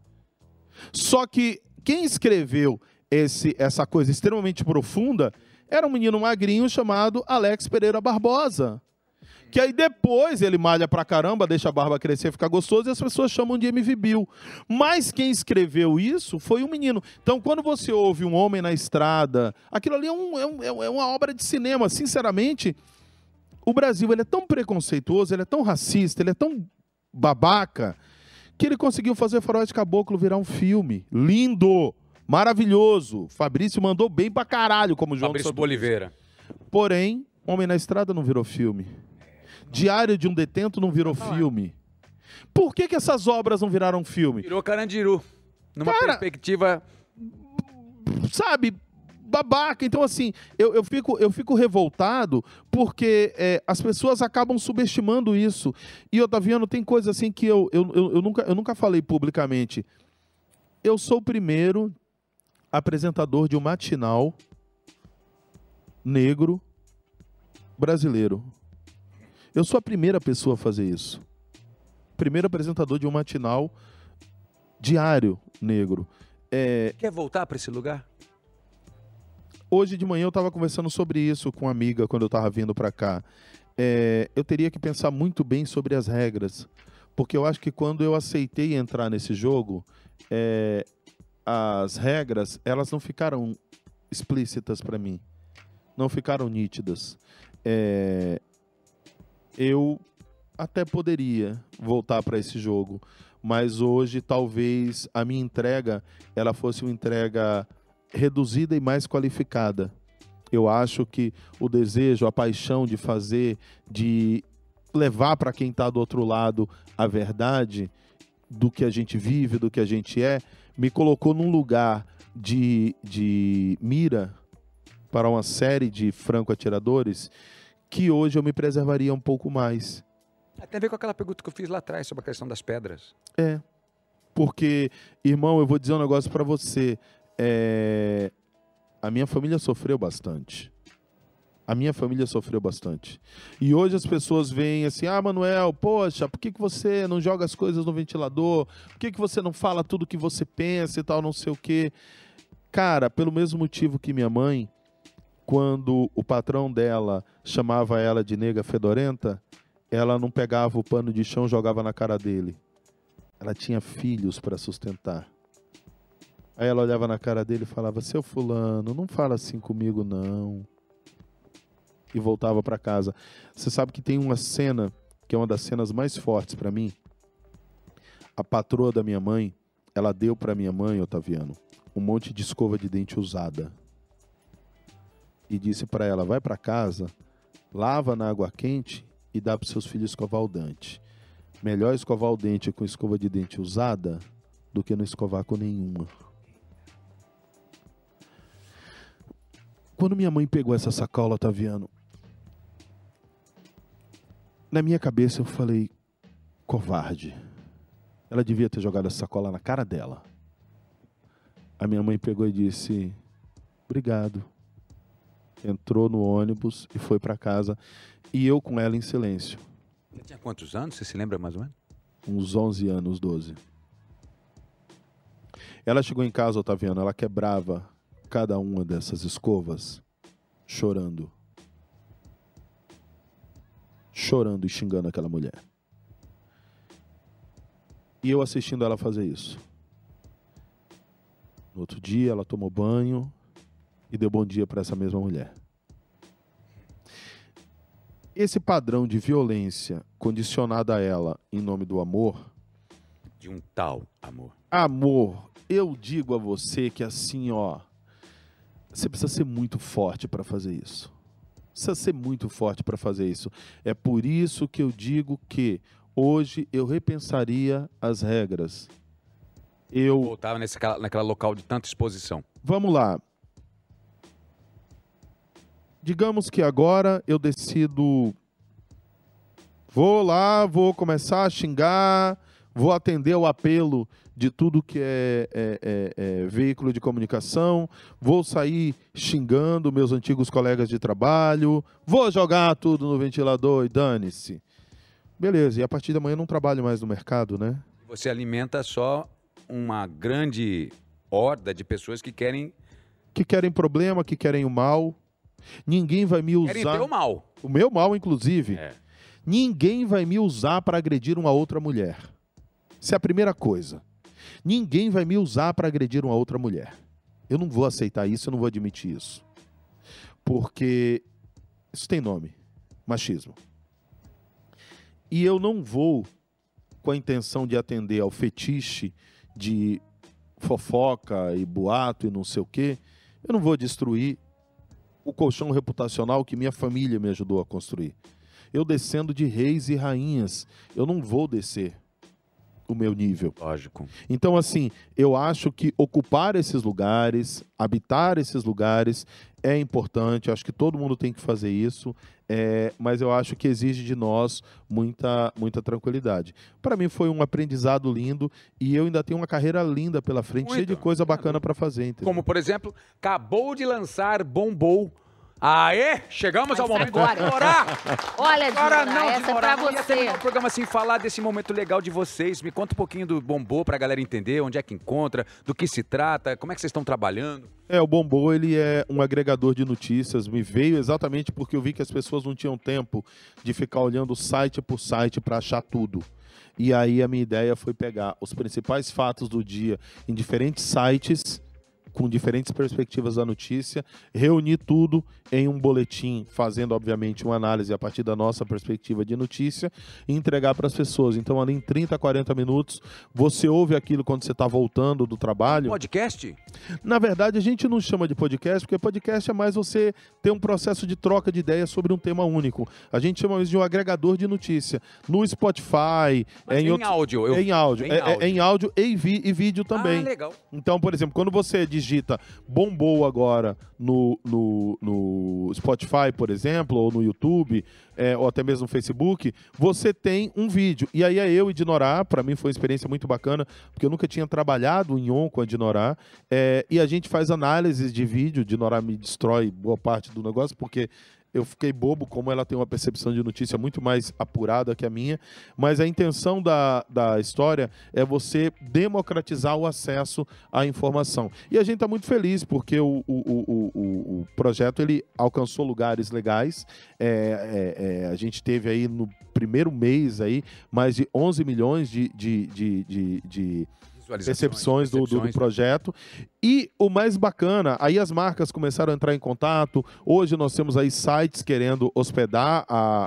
Só que quem escreveu essa coisa extremamente profunda era um menino magrinho chamado Alex Pereira Barbosa. Que aí depois ele malha pra caramba, deixa a barba crescer, fica gostoso, e as pessoas chamam de MV Bill. Mas quem escreveu isso foi um menino. Então, quando você ouve Um Homem na Estrada, aquilo ali é uma obra de cinema. Sinceramente, o Brasil ele é tão preconceituoso, ele é tão racista, ele é tão babaca, que ele conseguiu fazer Faroeste Caboclo virar um filme. Lindo! Maravilhoso. Fabrício mandou bem pra caralho, como João Fabrício Boliveira. Porém, Homem na Estrada não virou filme. Diário de um Detento não virou filme. Por que essas obras não viraram filme? Virou Carandiru. Numa perspectiva... Sabe, babaca. Então, assim, eu fico revoltado porque as pessoas acabam subestimando isso. E, Otaviano, tem coisa assim que eu nunca falei publicamente. Eu sou o primeiro apresentador de um matinal negro brasileiro. Eu sou a primeira pessoa a fazer isso. Primeiro apresentador de um matinal diário negro. Quer voltar para esse lugar? Hoje de manhã eu estava conversando sobre isso com uma amiga quando eu estava vindo para cá. Eu teria que pensar muito bem sobre as regras, porque eu acho que quando eu aceitei entrar nesse jogo, as regras elas não ficaram explícitas para mim, não ficaram nítidas. Eu até poderia voltar para esse jogo, mas hoje talvez a minha entrega ela fosse uma entrega reduzida e mais qualificada. Eu acho que o desejo, a paixão de fazer, de levar para quem está do outro lado a verdade do que a gente vive, do que a gente me colocou num lugar de mira para uma série de franco-atiradores que hoje eu me preservaria um pouco mais. Tem a ver com aquela pergunta que eu fiz lá atrás sobre a questão das pedras. Porque, irmão, eu vou dizer um negócio para você. A minha família sofreu bastante. A minha família sofreu bastante. E hoje as pessoas veem assim, Manuel, poxa, por que você não joga as coisas no ventilador? Por que você não fala tudo que você pensa e tal, não sei o quê? Cara, pelo mesmo motivo que minha mãe, quando o patrão dela chamava ela de nega fedorenta, ela não pegava o pano de chão e jogava na cara dele. Ela tinha filhos para sustentar. Aí ela olhava na cara dele e falava, seu fulano, não fala assim comigo não. E voltava para casa. Você sabe que tem uma cena, que é uma das cenas mais fortes para mim. A patroa da minha mãe, ela deu para minha mãe, Otaviano, um monte de escova de dente usada. E disse para ela, vai para casa, lava na água quente e dá para seus filhos escovar o dente. Melhor escovar o dente com escova de dente usada do que não escovar com nenhuma. Quando minha mãe pegou essa sacola, Otaviano, na minha cabeça eu falei, covarde. Ela devia ter jogado essa sacola na cara dela. A minha mãe pegou e disse, obrigado. Entrou no ônibus e foi para casa. E eu com ela em silêncio. Você tinha quantos anos? Você se lembra mais ou menos? Uns 11 anos, 12. Ela chegou em casa, Otaviano, ela quebrava cada uma dessas escovas chorando. Chorando e xingando aquela mulher. E eu assistindo ela fazer isso. No outro dia ela tomou banho e deu bom dia para essa mesma mulher. Esse padrão de violência condicionado a ela em nome do amor. De um tal amor. Amor, eu digo a você que assim, você precisa ser muito forte para fazer isso. Precisa ser muito forte para fazer isso. É por isso que eu digo que hoje eu repensaria as regras. Eu voltava naquela local de tanta exposição. Vamos lá. Digamos que agora eu decido, vou lá, vou começar a xingar, vou atender o apelo de tudo que é veículo de comunicação, vou sair xingando meus antigos colegas de trabalho, vou jogar tudo no ventilador e dane-se. Beleza, e a partir da manhã eu não trabalho mais no mercado, né? Você alimenta só uma grande horda de pessoas que querem... Que querem problema, que querem o mal. Ninguém vai me usar... Querem ter o mal. O meu mal, inclusive. Ninguém vai me usar para agredir uma outra mulher. Essa é a primeira coisa. Ninguém vai me usar para agredir uma outra mulher. Eu não vou aceitar isso, eu não vou admitir isso. Porque isso tem nome. Machismo. E eu não vou com a intenção de atender ao fetiche de fofoca e boato e não sei o quê. Eu não vou destruir o colchão reputacional que minha família me ajudou a construir. Eu descendo de reis e rainhas, eu não vou descer o meu nível. Lógico. Então, assim, eu acho que ocupar esses lugares, habitar esses lugares é importante, acho que todo mundo tem que fazer isso, mas eu acho que exige de nós muita tranquilidade. Para mim foi um aprendizado lindo e eu ainda tenho uma carreira linda pela frente, cheia de coisa bacana para fazer. Entendeu? Como, por exemplo, acabou de lançar, bombou, Aê! Chegamos ao momento agora. de orar! Olha, Agora Dinora, não, essa é Dinora, pra não ia você. terminar o programa sem falar desse momento legal de vocês. Me conta um pouquinho do Bombô pra galera entender onde é que encontra, do que se trata, como é que vocês estão trabalhando. O Bombô, ele é um agregador de notícias. Me veio exatamente porque eu vi que as pessoas não tinham tempo de ficar olhando site por site para achar tudo. E aí a minha ideia foi pegar os principais fatos do dia em diferentes sites, com diferentes perspectivas da notícia, reunir tudo em um boletim, fazendo, obviamente, uma análise a partir da nossa perspectiva de notícia e entregar para as pessoas. Então, ali em 30, 40 minutos, você ouve aquilo quando você está voltando do trabalho. Podcast? Na verdade, a gente não chama de podcast, porque podcast é mais você ter um processo de troca de ideias sobre um tema único. A gente chama isso de um agregador de notícia. No Spotify... Mas em áudio? É em áudio. É em áudio e vídeo também. Ah, legal. Então, por exemplo, quando você digita Bombou agora no Spotify, por exemplo, ou no YouTube, ou até mesmo no Facebook, você tem um vídeo. E aí é eu e Dinorá, para mim foi uma experiência muito bacana, porque eu nunca tinha trabalhado em on com a Dinorá, e a gente faz análises de vídeo. Dinorá me destrói boa parte do negócio, porque eu fiquei bobo, como ela tem uma percepção de notícia muito mais apurada que a minha, mas a intenção da história é você democratizar o acesso à informação. E a gente está muito feliz, porque o projeto ele alcançou lugares legais. A gente teve aí no primeiro mês aí, mais de 11 milhões de recepções do projeto. E o mais bacana, aí as marcas começaram a entrar em contato. Hoje nós temos aí sites querendo hospedar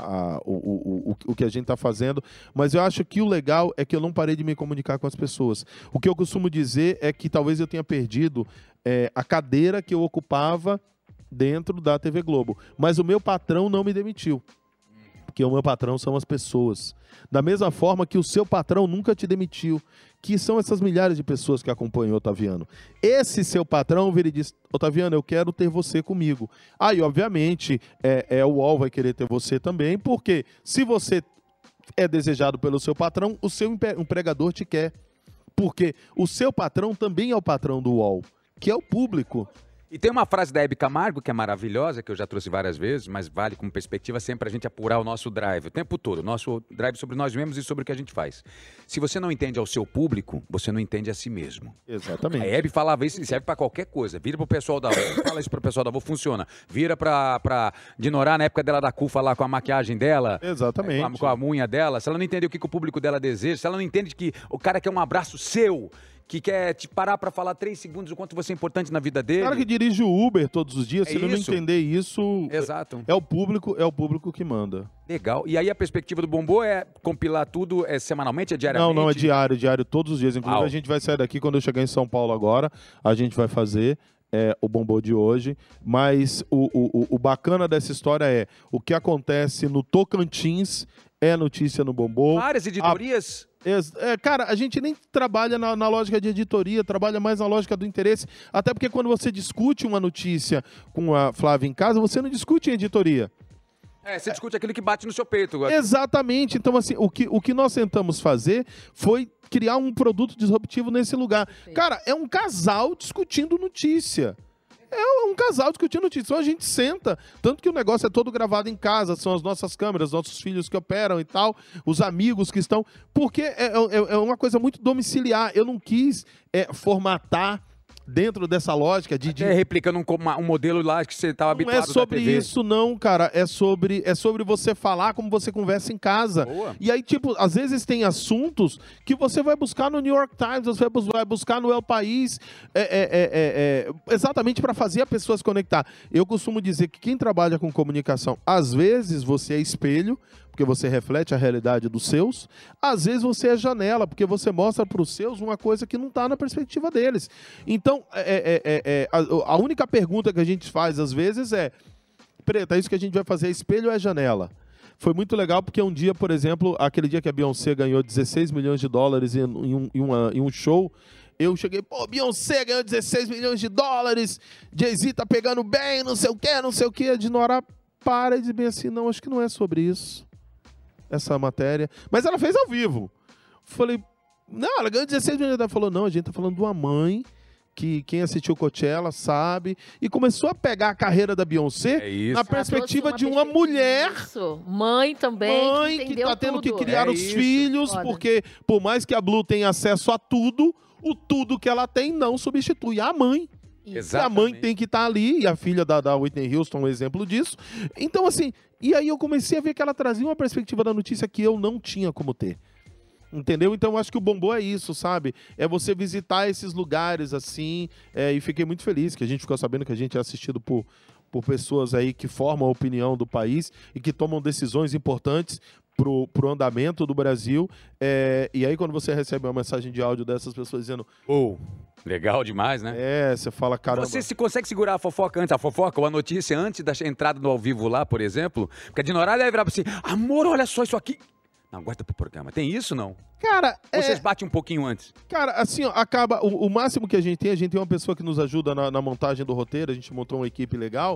o que a gente está fazendo, mas eu acho que o legal é que eu não parei de me comunicar com as pessoas. O que eu costumo dizer é que talvez eu tenha perdido a cadeira que eu ocupava dentro da TV Globo, mas o meu patrão não me demitiu, porque o meu patrão são as pessoas. Da mesma forma que o seu patrão nunca te demitiu, que são essas milhares de pessoas que acompanham o Otaviano. Esse seu patrão vira e diz: Otaviano, eu quero ter você comigo. Aí, obviamente, o UOL vai querer ter você também, porque se você é desejado pelo seu patrão, o seu empregador te quer. Porque o seu patrão também é o patrão do UOL, que é o público. E tem uma frase da Hebe Camargo, que é maravilhosa, que eu já trouxe várias vezes, mas vale como perspectiva sempre a gente apurar o nosso drive, o tempo todo, o nosso drive sobre nós mesmos e sobre o que a gente faz. Se você não entende ao seu público, você não entende a si mesmo. Exatamente. A Hebe falava isso e serve pra qualquer coisa. Vira pro pessoal da Avô, fala isso pro pessoal da Avô, funciona. Vira pra Dinorá, na época dela da CUFA lá com a maquiagem dela. Exatamente. Com a unha dela. Se ela não entende o que o público dela deseja, se ela não entende que o cara quer um abraço seu, que quer te parar para falar 3 segundos o quanto você é importante na vida dele. O cara que dirige o Uber todos os dias, se ele não entender isso, exato. É o público que manda. Legal. E aí a perspectiva do Bombô é compilar tudo semanalmente, é diariamente? Não, é diário, todos os dias. Inclusive, a gente vai sair daqui, quando eu chegar em São Paulo agora, a gente vai fazer o Bombô de hoje. Mas o bacana dessa história é o que acontece no Tocantins é notícia no Bombô. Várias editorias... Cara, a gente nem trabalha na lógica de editoria, trabalha mais na lógica do interesse, até porque quando você discute uma notícia com a Flávia em casa, você não discute em editoria. Você discute aquilo que bate no seu peito. Exatamente. Então, assim, o que nós tentamos fazer foi criar um produto disruptivo nesse lugar. Cara, é um casal discutindo notícia. É um casal discutindo notícias. Então a gente senta, tanto que o negócio é todo gravado em casa, são as nossas câmeras, nossos filhos que operam e tal, os amigos que estão... Porque é uma coisa muito domiciliar. Eu não quis formatar dentro dessa lógica de... replicando um modelo lá que você estava habituado Não é sobre isso, não, cara. É sobre você falar como você conversa em casa. Boa. E aí, tipo, às vezes tem assuntos que você vai buscar no New York Times, você vai buscar no El País, exatamente para fazer a pessoa se conectar. Eu costumo dizer que quem trabalha com comunicação, às vezes você é espelho, porque você reflete a realidade dos seus. Às vezes você é janela, porque você mostra para os seus uma coisa que não está na perspectiva deles. Então, a única pergunta que a gente faz às vezes é: Preta, isso que a gente vai fazer é espelho ou é janela? Foi muito legal porque um dia, por exemplo, aquele dia que a Beyoncé ganhou 16 milhões de dólares em um show, eu cheguei, Beyoncé ganhou 16 milhões de dólares, Jay-Z tá pegando bem, não sei o que, a Dinorá para e diz bem assim: não, acho que não é sobre isso, essa matéria. Mas ela fez ao vivo. Falei, não, ela ganhou 16 milhões. Ela falou, não, a gente tá falando de uma mãe que quem assistiu Coachella sabe, e começou a pegar a carreira da Beyoncé na perspectiva de uma mulher. Isso. Mãe também. Mãe que tá tendo que criar os filhos, porque por mais que a Blue tenha acesso a tudo, o tudo que ela tem não substitui a mãe. E a mãe tem que estar ali, e a filha da Whitney Houston é um exemplo disso. Então, assim, e aí eu comecei a ver que ela trazia uma perspectiva da notícia que eu não tinha como ter. Entendeu? Então, eu acho que o Bombô é isso, sabe? É você visitar esses lugares, assim, e fiquei muito feliz que a gente ficou sabendo que a gente é assistido por pessoas aí que formam a opinião do país e que tomam decisões importantes pro andamento do Brasil. E aí, quando você recebe uma mensagem de áudio dessas pessoas dizendo... Legal demais, né? Você fala, caramba... Você consegue segurar a fofoca antes, ou a notícia antes da entrada no ao vivo lá, por exemplo? Porque a Dinorah deve virar assim, amor, olha só isso aqui. Não, guarda pro programa. Tem isso, não? Cara, vocês batem um pouquinho antes? Cara, assim, ó, acaba... O máximo que a gente tem uma pessoa que nos ajuda na montagem do roteiro, a gente montou uma equipe legal.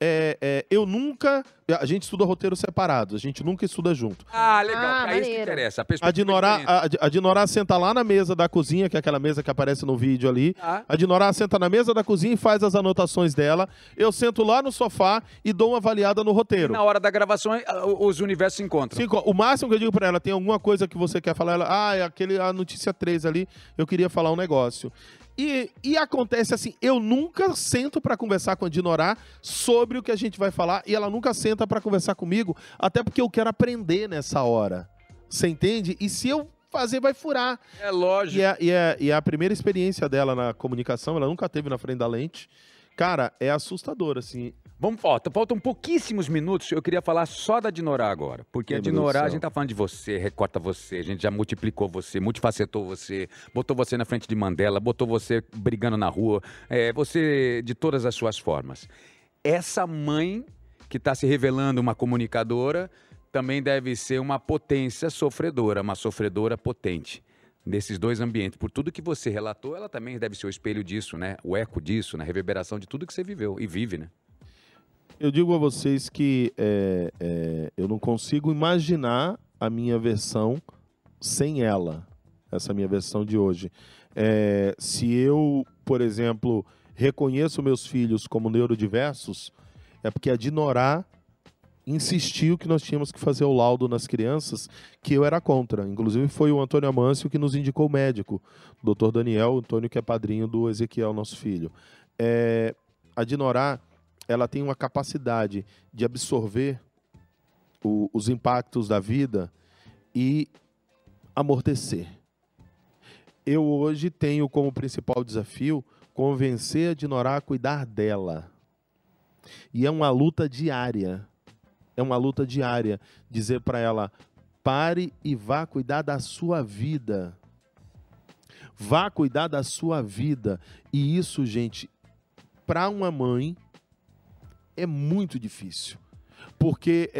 Eu nunca... A gente estuda roteiro separados, a gente nunca estuda junto. Legal, é isso que interessa. A Dinorah senta lá na mesa da cozinha, que é aquela mesa que aparece no vídeo ali. A Dinorah senta na mesa da cozinha e faz as anotaçõões dela. Eu sento lá no sofá e dou uma avaliada no roteiro. E na hora da gravação, os universos se encontram. Sim, o máximo que eu digo pra ela, tem alguma coisa que você quer falar, ela, a notícia 3 ali, eu queria falar um negócio. E acontece assim, eu nunca sento pra conversar com a Dinorah sobre o que a gente vai falar, e ela nunca senta pra conversar comigo, até porque eu quero aprender nessa hora. Você entende? E se eu fazer, vai furar. É lógico. E a primeira experiência dela na comunicação, ela nunca teve na frente da lente. Cara, é assustador, assim. Faltam pouquíssimos minutos. Eu queria falar só da Dinorah agora. Porque a Dinorah, a gente tá falando de você, recorta você, a gente já multiplicou você, multifacetou você, botou você na frente de Mandela, botou você brigando na rua, você de todas as suas formas. Essa mãe que está se revelando uma comunicadora também deve ser uma potência sofredora, uma sofredora potente. Nesses dois ambientes, por tudo que você relatou, ela também deve ser o espelho disso, né? O eco disso, né? A reverberação de tudo que você viveu e vive, né? Eu digo a vocês que eu não consigo imaginar a minha versão sem ela, essa minha versão de hoje. Se eu, por exemplo, reconheço meus filhos como neurodiversos, é porque a Dinorah insistiu que nós tínhamos que fazer o laudo nas crianças, que eu era contra. Inclusive foi o Antônio Amâncio que nos indicou o médico, o Dr. Daniel Antônio, que é padrinho do Ezequiel, nosso filho. A Dinorah, ela tem uma capacidade de absorver os impactos da vida e amortecer. Eu hoje tenho como principal desafio convencer a Dinorah a cuidar dela. E é uma luta diária. É uma luta diária. Dizer para ela, pare e vá cuidar da sua vida. Vá cuidar da sua vida. E isso, gente, para uma mãe é muito difícil. Porque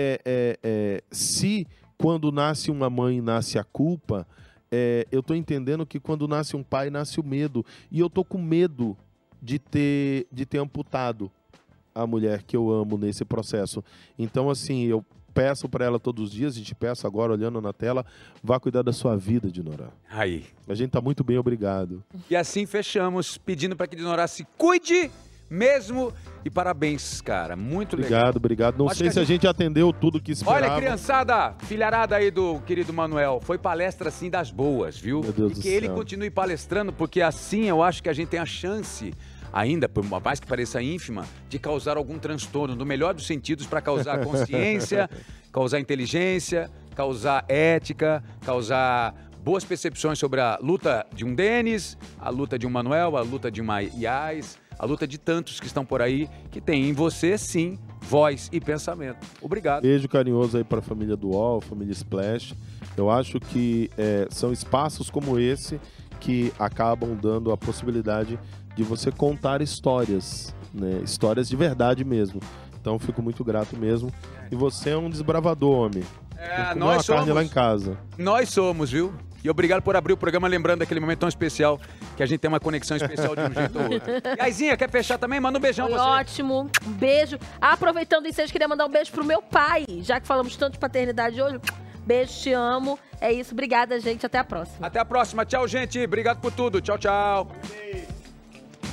se quando nasce uma mãe nasce a culpa, eu estou entendendo que quando nasce um pai nasce o medo. E eu estou com medo de ter amputado a mulher que eu amo nesse processo. Então, assim, eu peço para ela todos os dias, a gente peça agora, olhando na tela, vá cuidar da sua vida, Dinorah. Aí. A gente tá muito bem, obrigado. E assim fechamos, pedindo para que Dinorah se cuide mesmo. E parabéns, cara. Muito legal. Obrigado. Não sei se a gente atendeu tudo que esperava. Olha, criançada, filharada aí do querido Manuel, foi palestra, assim, das boas, viu? Meu Deus do céu. E que ele continue palestrando, porque assim eu acho que a gente tem a chance, ainda, por mais que pareça ínfima, de causar algum transtorno, no melhor dos sentidos, para causar consciência, causar inteligência, causar ética, causar boas percepções sobre a luta de um Denis, a luta de um Manuel, a luta de uma Yas, a luta de tantos que estão por aí, que tem em você, sim, voz e pensamento. Obrigado. Beijo carinhoso aí para a família do UOL, família Splash. Eu acho que são espaços como esse que acabam dando a possibilidade de você contar histórias, né? Histórias de verdade mesmo. Então, fico muito grato mesmo. E você é um desbravador, homem. Nós somos. Carne lá em casa. Nós somos, viu? E obrigado por abrir o programa, lembrando daquele momento tão especial, que a gente tem uma conexão especial de um jeito ou outro. Yaizinha, quer fechar também? Manda um beijão pra você. Ótimo, um beijo. Aproveitando isso, eu queria mandar um beijo pro meu pai, já que falamos tanto de paternidade hoje. Beijo, te amo. É isso, obrigada, gente. Até a próxima. Até a próxima. Tchau, gente. Obrigado por tudo. Tchau, tchau.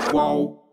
Qual?